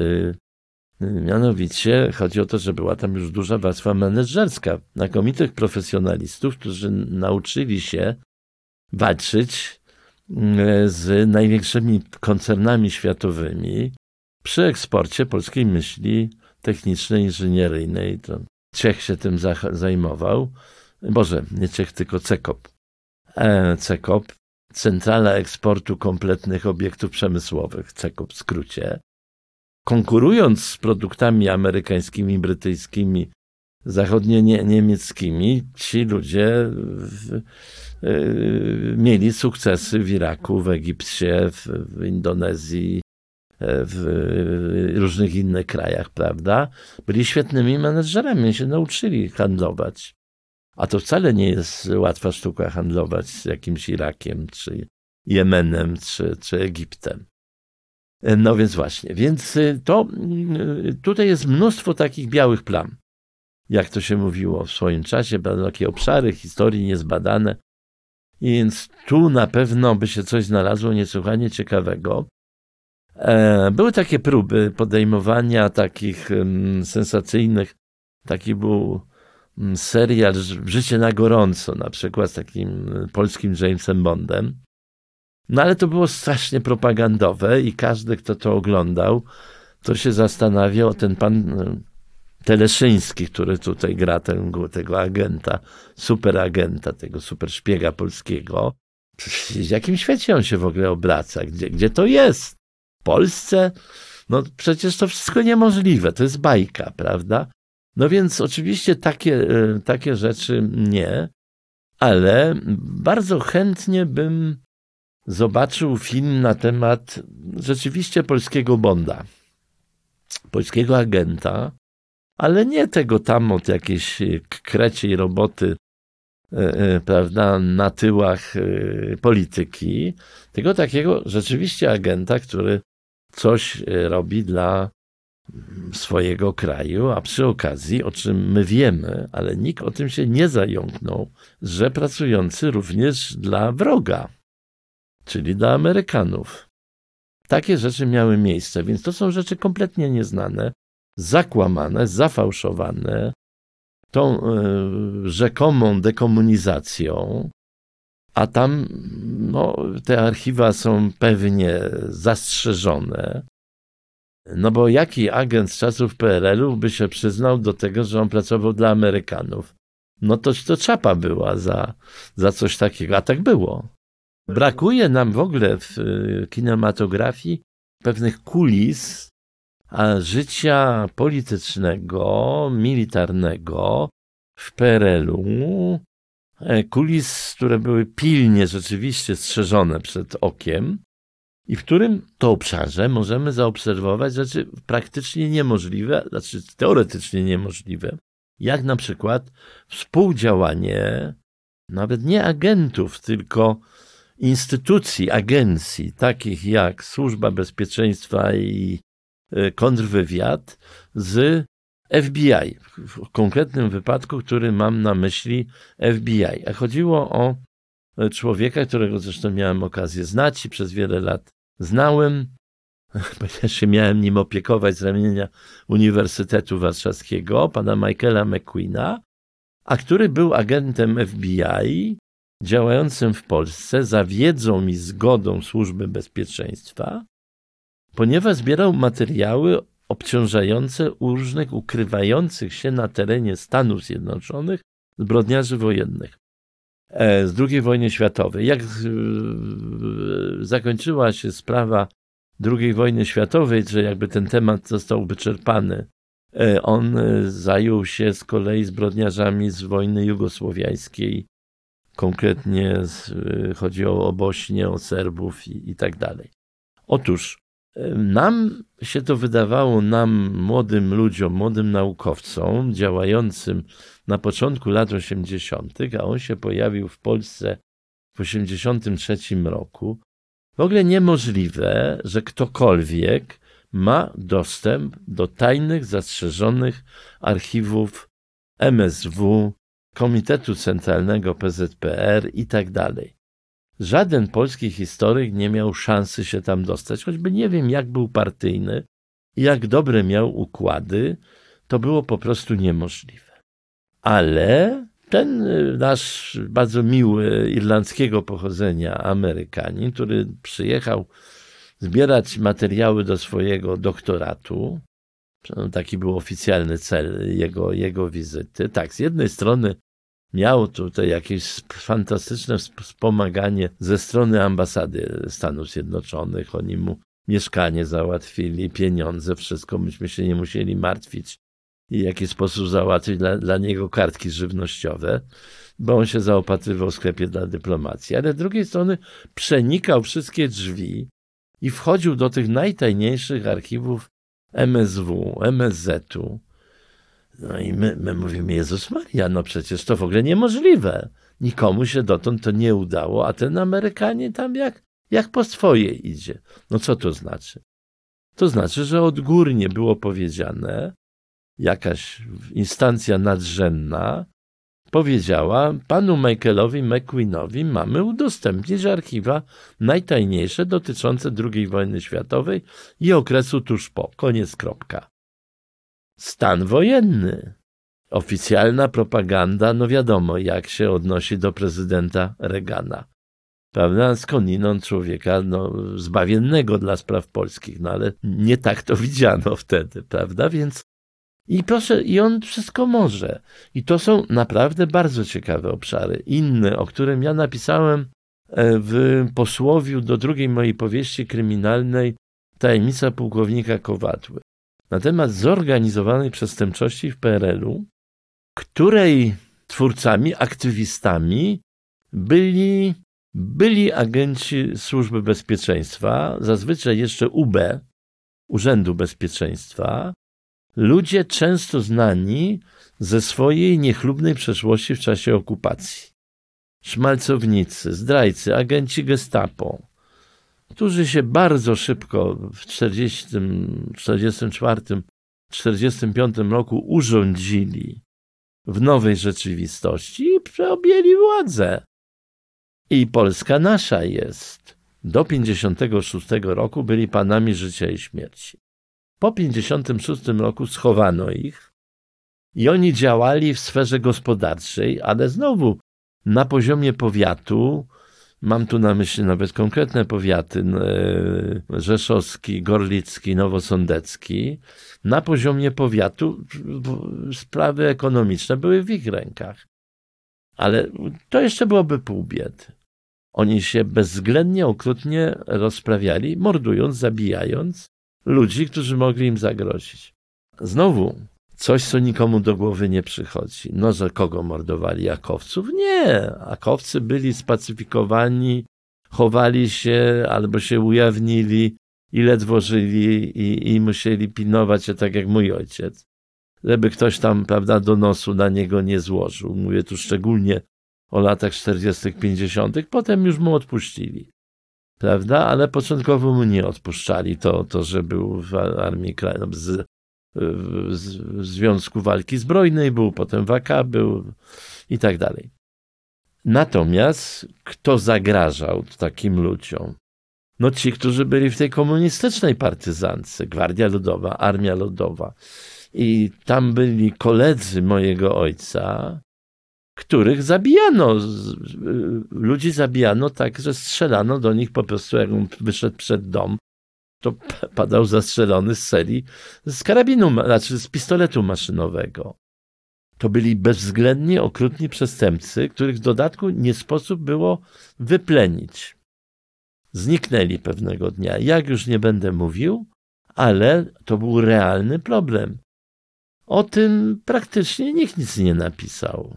Mianowicie chodzi o to, że była tam już duża warstwa menedżerska, znakomitych profesjonalistów, którzy nauczyli się walczyć z największymi koncernami światowymi przy eksporcie polskiej myśli technicznej, inżynieryjnej. To Czech się tym zajmował. Boże, nie Czech, tylko CEKOP. E, CEKOP. Centrala eksportu kompletnych obiektów przemysłowych, CEKOP w skrócie, konkurując z produktami amerykańskimi, brytyjskimi, zachodnio-niemieckimi, ci ludzie w, y, mieli sukcesy w Iraku, w Egipcie, w, w Indonezji, w y, różnych innych krajach, prawda? Byli świetnymi menedżerami, się nauczyli handlować. A to wcale nie jest łatwa sztuka handlować z jakimś Irakiem, czy Jemenem, czy, czy Egiptem. No więc właśnie, więc to tutaj jest mnóstwo takich białych plam. jak to się mówiło w swoim czasie, będą takie obszary historii niezbadane. I więc tu na pewno by się coś znalazło niesłychanie ciekawego. Były takie próby podejmowania takich sensacyjnych, taki był serial Życie na gorąco, na przykład z takim polskim Jamesem Bondem. No ale to było strasznie propagandowe i każdy, kto to oglądał, to się zastanawiał, ten pan Teleszyński, który tutaj gra tego, tego agenta, superagenta, tego superszpiega polskiego. W jakim świecie on się w ogóle obraca? Gdzie, gdzie to jest? W Polsce? No przecież to wszystko niemożliwe, to jest bajka, prawda? No więc oczywiście takie, takie rzeczy nie, ale bardzo chętnie bym zobaczył film na temat rzeczywiście polskiego Bonda, polskiego agenta, ale nie tego tam od jakiejś kreciej roboty, prawda, na tyłach polityki, tylko takiego rzeczywiście agenta, który coś robi dla swojego kraju, a przy okazji, o czym my wiemy, ale nikt o tym się nie zająknął, że pracujący również dla wroga, czyli dla Amerykanów. Takie rzeczy miały miejsce, więc to są rzeczy kompletnie nieznane, zakłamane, zafałszowane tą y, rzekomą dekomunizacją, a tam no, te archiwa są pewnie zastrzeżone. No bo jaki agent z czasów P R L u by się przyznał do tego, że on pracował dla Amerykanów? No to to czapa była za, za coś takiego, a tak było. Brakuje nam w ogóle w kinematografii pewnych kulis a życia politycznego, militarnego w P R L u, kulis, które były pilnie rzeczywiście strzeżone przed okiem i w którym to obszarze możemy zaobserwować rzeczy praktycznie niemożliwe, znaczy teoretycznie niemożliwe, jak na przykład współdziałanie nawet nie agentów, tylko instytucji, agencji, takich jak Służba Bezpieczeństwa i kontrwywiad z F B I. W konkretnym wypadku, który mam na myśli F B I. A chodziło o człowieka, którego zresztą miałem okazję znać i przez wiele lat znałem, ponieważ się miałem nim opiekować z ramienia Uniwersytetu Warszawskiego, pana Michaela McQueena, a który był agentem F B I działającym w Polsce za wiedzą i zgodą Służby Bezpieczeństwa, ponieważ zbierał materiały obciążające u różnych ukrywających się na terenie Stanów Zjednoczonych zbrodniarzy wojennych z drugiej wojny światowej. Jak zakończyła się sprawa drugiej wojny światowej, że jakby ten temat został wyczerpany, on zajął się z kolei zbrodniarzami z wojny jugosłowiańskiej. Konkretnie chodzi o Bośnię, o Serbów i, i tak dalej. Otóż nam się to wydawało, nam, młodym ludziom, młodym naukowcom, działającym na początku lat osiemdziesiątych, a on się pojawił w Polsce w osiemdziesiątym trzecim roku, w ogóle niemożliwe, że ktokolwiek ma dostęp do tajnych, zastrzeżonych archiwów M S W, Komitetu Centralnego P Z P R i tak dalej. Żaden polski historyk nie miał szansy się tam dostać, choćby nie wiem, jak był partyjny i jak dobre miał układy, to było po prostu niemożliwe. Ale ten nasz bardzo miły irlandzkiego pochodzenia Amerykanin, który przyjechał zbierać materiały do swojego doktoratu, taki był oficjalny cel jego, jego wizyty. Tak, z jednej strony miał tutaj jakieś fantastyczne wspomaganie ze strony ambasady Stanów Zjednoczonych. Oni mu mieszkanie załatwili, pieniądze, wszystko. Myśmy się nie musieli martwić i w jaki sposób załatwić dla, dla niego kartki żywnościowe, bo on się zaopatrywał w sklepie dla dyplomacji. Ale z drugiej strony przenikał wszystkie drzwi i wchodził do tych najtajniejszych archiwów M S W, M S Z u. No i my, my mówimy, Jezus Maria, no przecież to w ogóle niemożliwe. Nikomu się dotąd to nie udało, a ten Amerykanie tam jak, jak po swoje idzie. No co to znaczy? To znaczy, że odgórnie było powiedziane, jakaś instancja nadrzędna powiedziała, panu Michaelowi McQueenowi mamy udostępnić archiwa najtajniejsze dotyczące drugiej wojny światowej i okresu tuż po. Koniec, kropka. Stan wojenny. Oficjalna propaganda, no wiadomo, jak się odnosi do prezydenta Reagana. Prawda? Skądinąd człowieka no, zbawiennego dla spraw polskich, no ale nie tak to widziano wtedy, prawda? Więc i proszę, i on wszystko może. I to są naprawdę bardzo ciekawe obszary. Inne, o którym ja napisałem w posłowiu do drugiej mojej powieści kryminalnej Tajemnica pułkownika Kowadły. Na temat zorganizowanej przestępczości w P R L u, której twórcami, aktywistami byli, byli agenci Służby Bezpieczeństwa, zazwyczaj jeszcze U B, Urzędu Bezpieczeństwa, ludzie często znani ze swojej niechlubnej przeszłości w czasie okupacji. Szmalcownicy, zdrajcy, agenci Gestapo, którzy się bardzo szybko w czterdziestym, czterdziestym czwartym, czterdziestym piątym roku urządzili w nowej rzeczywistości i przeobjęli władzę. I Polska nasza jest. Do pięćdziesiątego szóstego roku byli panami życia i śmierci. Po pięćdziesiątym szóstym roku schowano ich i oni działali w sferze gospodarczej, ale znowu na poziomie powiatu, mam tu na myśli nawet konkretne powiaty, rzeszowski, gorlicki, nowosądecki, na poziomie powiatu sprawy ekonomiczne były w ich rękach. Ale to jeszcze byłoby pół biedy. Oni się bezwzględnie, okrutnie rozprawiali, mordując, zabijając ludzi, którzy mogli im zagrozić. Znowu coś, co nikomu do głowy nie przychodzi. No, że kogo mordowali? Akowców? Nie. Akowcy byli spacyfikowani, chowali się albo się ujawnili i ledwo żyli i, i musieli pilnować się tak jak mój ojciec. Żeby ktoś tam, prawda, donosu na niego nie złożył. Mówię tu szczególnie o latach czterdziestych, pięćdziesiątych. Potem już mu odpuścili. Prawda? Ale początkowo mu nie odpuszczali to, to że był w Armii Krajowej, z, w Związku Walki Zbrojnej był, potem w A K był i tak dalej. Natomiast kto zagrażał takim ludziom? No ci, którzy byli w tej komunistycznej partyzance, Gwardia Ludowa, Armia Ludowa. I tam byli koledzy mojego ojca, których zabijano. Ludzi zabijano tak, że strzelano do nich po prostu, jak on wyszedł przed dom, to padał zastrzelony z serii z karabinu, znaczy z pistoletu maszynowego. To byli bezwzględnie okrutni przestępcy, których w dodatku nie sposób było wyplenić. Zniknęli pewnego dnia. Jak już nie będę mówił, ale to był realny problem. O tym praktycznie nikt nic nie napisał.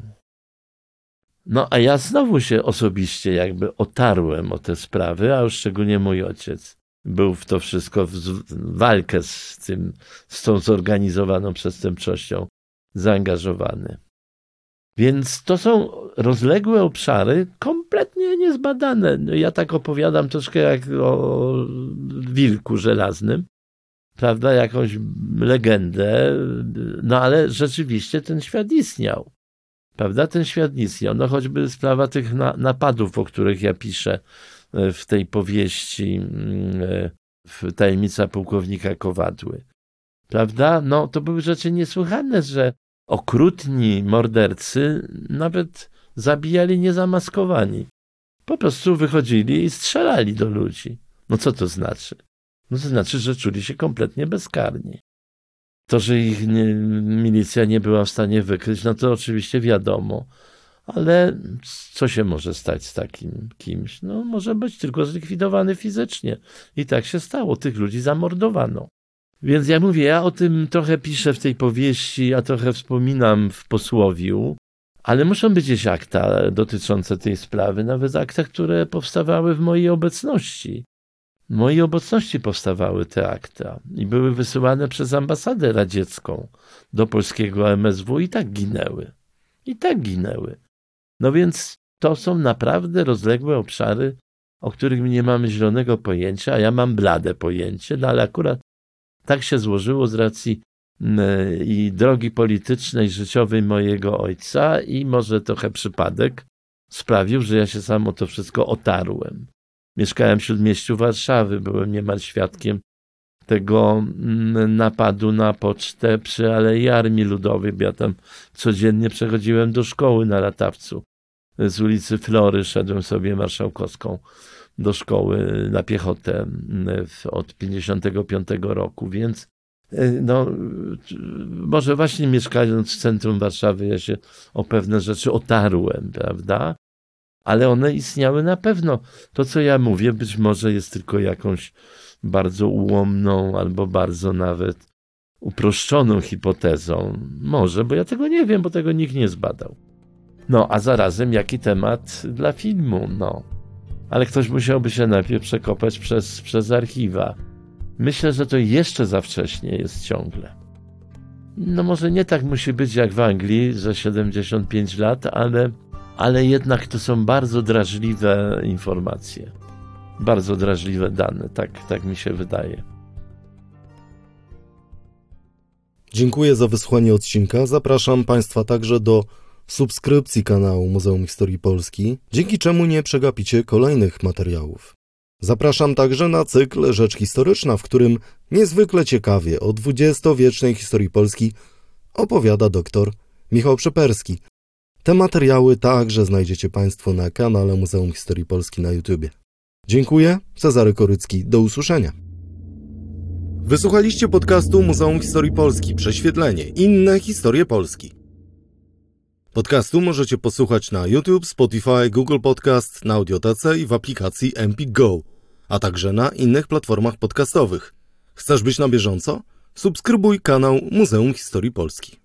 No a ja znowu się osobiście jakby otarłem o te sprawy, a już szczególnie mój ojciec był w to wszystko, w walkę z tym, z tą zorganizowaną przestępczością zaangażowany. Więc to są rozległe obszary, kompletnie niezbadane. No ja tak opowiadam troszkę jak o wilku żelaznym, prawda, jakąś legendę, no ale rzeczywiście ten świat istniał. Prawda, ten świat istniał. No choćby sprawa tych na, napadów, o których ja piszę w tej powieści w Tajemnica pułkownika Kowadły. Prawda? No to były rzeczy niesłychane, że okrutni mordercy nawet zabijali niezamaskowani. Po prostu wychodzili i strzelali do ludzi. No co to znaczy? No to znaczy, że czuli się kompletnie bezkarni. To, że ich nie, milicja nie była w stanie wykryć, no to oczywiście wiadomo. Ale co się może stać z takim kimś? No może być tylko zlikwidowany fizycznie. I tak się stało. Tych ludzi zamordowano. Więc ja mówię, ja o tym trochę piszę w tej powieści, a trochę wspominam w posłowiu, ale muszą być gdzieś akta dotyczące tej sprawy, nawet akta, które powstawały w mojej obecności. W mojej obecności powstawały te akta i były wysyłane przez ambasadę radziecką do polskiego M S W i tak ginęły. I tak ginęły. No więc to są naprawdę rozległe obszary, o których my nie mamy zielonego pojęcia, a ja mam blade pojęcie, no ale akurat tak się złożyło z racji i drogi politycznej, życiowej mojego ojca i może trochę przypadek sprawił, że ja się sam o to wszystko otarłem. Mieszkałem w śródmieściu Warszawy, byłem niemal świadkiem tego napadu na pocztę przy Alei Armii Ludowej, bo ja tam codziennie przechodziłem do szkoły na Latawcu. Z ulicy Flory szedłem sobie Marszałkowską do szkoły na piechotę od pięćdziesiątego piątego roku, więc no, może właśnie mieszkając w centrum Warszawy ja się o pewne rzeczy otarłem, prawda? Ale one istniały na pewno. To, co ja mówię, być może jest tylko jakąś bardzo ułomną albo bardzo nawet uproszczoną hipotezą. Może, bo ja tego nie wiem, bo tego nikt nie zbadał. No, a zarazem jaki temat dla filmu, no. Ale ktoś musiałby się najpierw przekopać przez, przez archiwa. Myślę, że to jeszcze za wcześnie jest ciągle. No może nie tak musi być jak w Anglii, że siedemdziesiąt pięć lat, ale, ale jednak to są bardzo drażliwe informacje. Bardzo drażliwe dane, tak, tak mi się wydaje. Dziękuję za wysłuchanie odcinka. Zapraszam Państwa także do subskrypcji kanału Muzeum Historii Polski, dzięki czemu nie przegapicie kolejnych materiałów. Zapraszam także na cykl Rzecz Historyczna, w którym niezwykle ciekawie o dwudziestowiecznej historii Polski opowiada dr Michał Przeperski. Te materiały także znajdziecie Państwo na kanale Muzeum Historii Polski na YouTubie. Dziękuję, Cezary Korycki, do usłyszenia. Wysłuchaliście podcastu Muzeum Historii Polski Prześwietlenie. Inne historie Polski. Podcastu możecie posłuchać na YouTube, Spotify, Google Podcast, na Audiotece i w aplikacji M P Go, a także na innych platformach podcastowych. Chcesz być na bieżąco? Subskrybuj kanał Muzeum Historii Polski.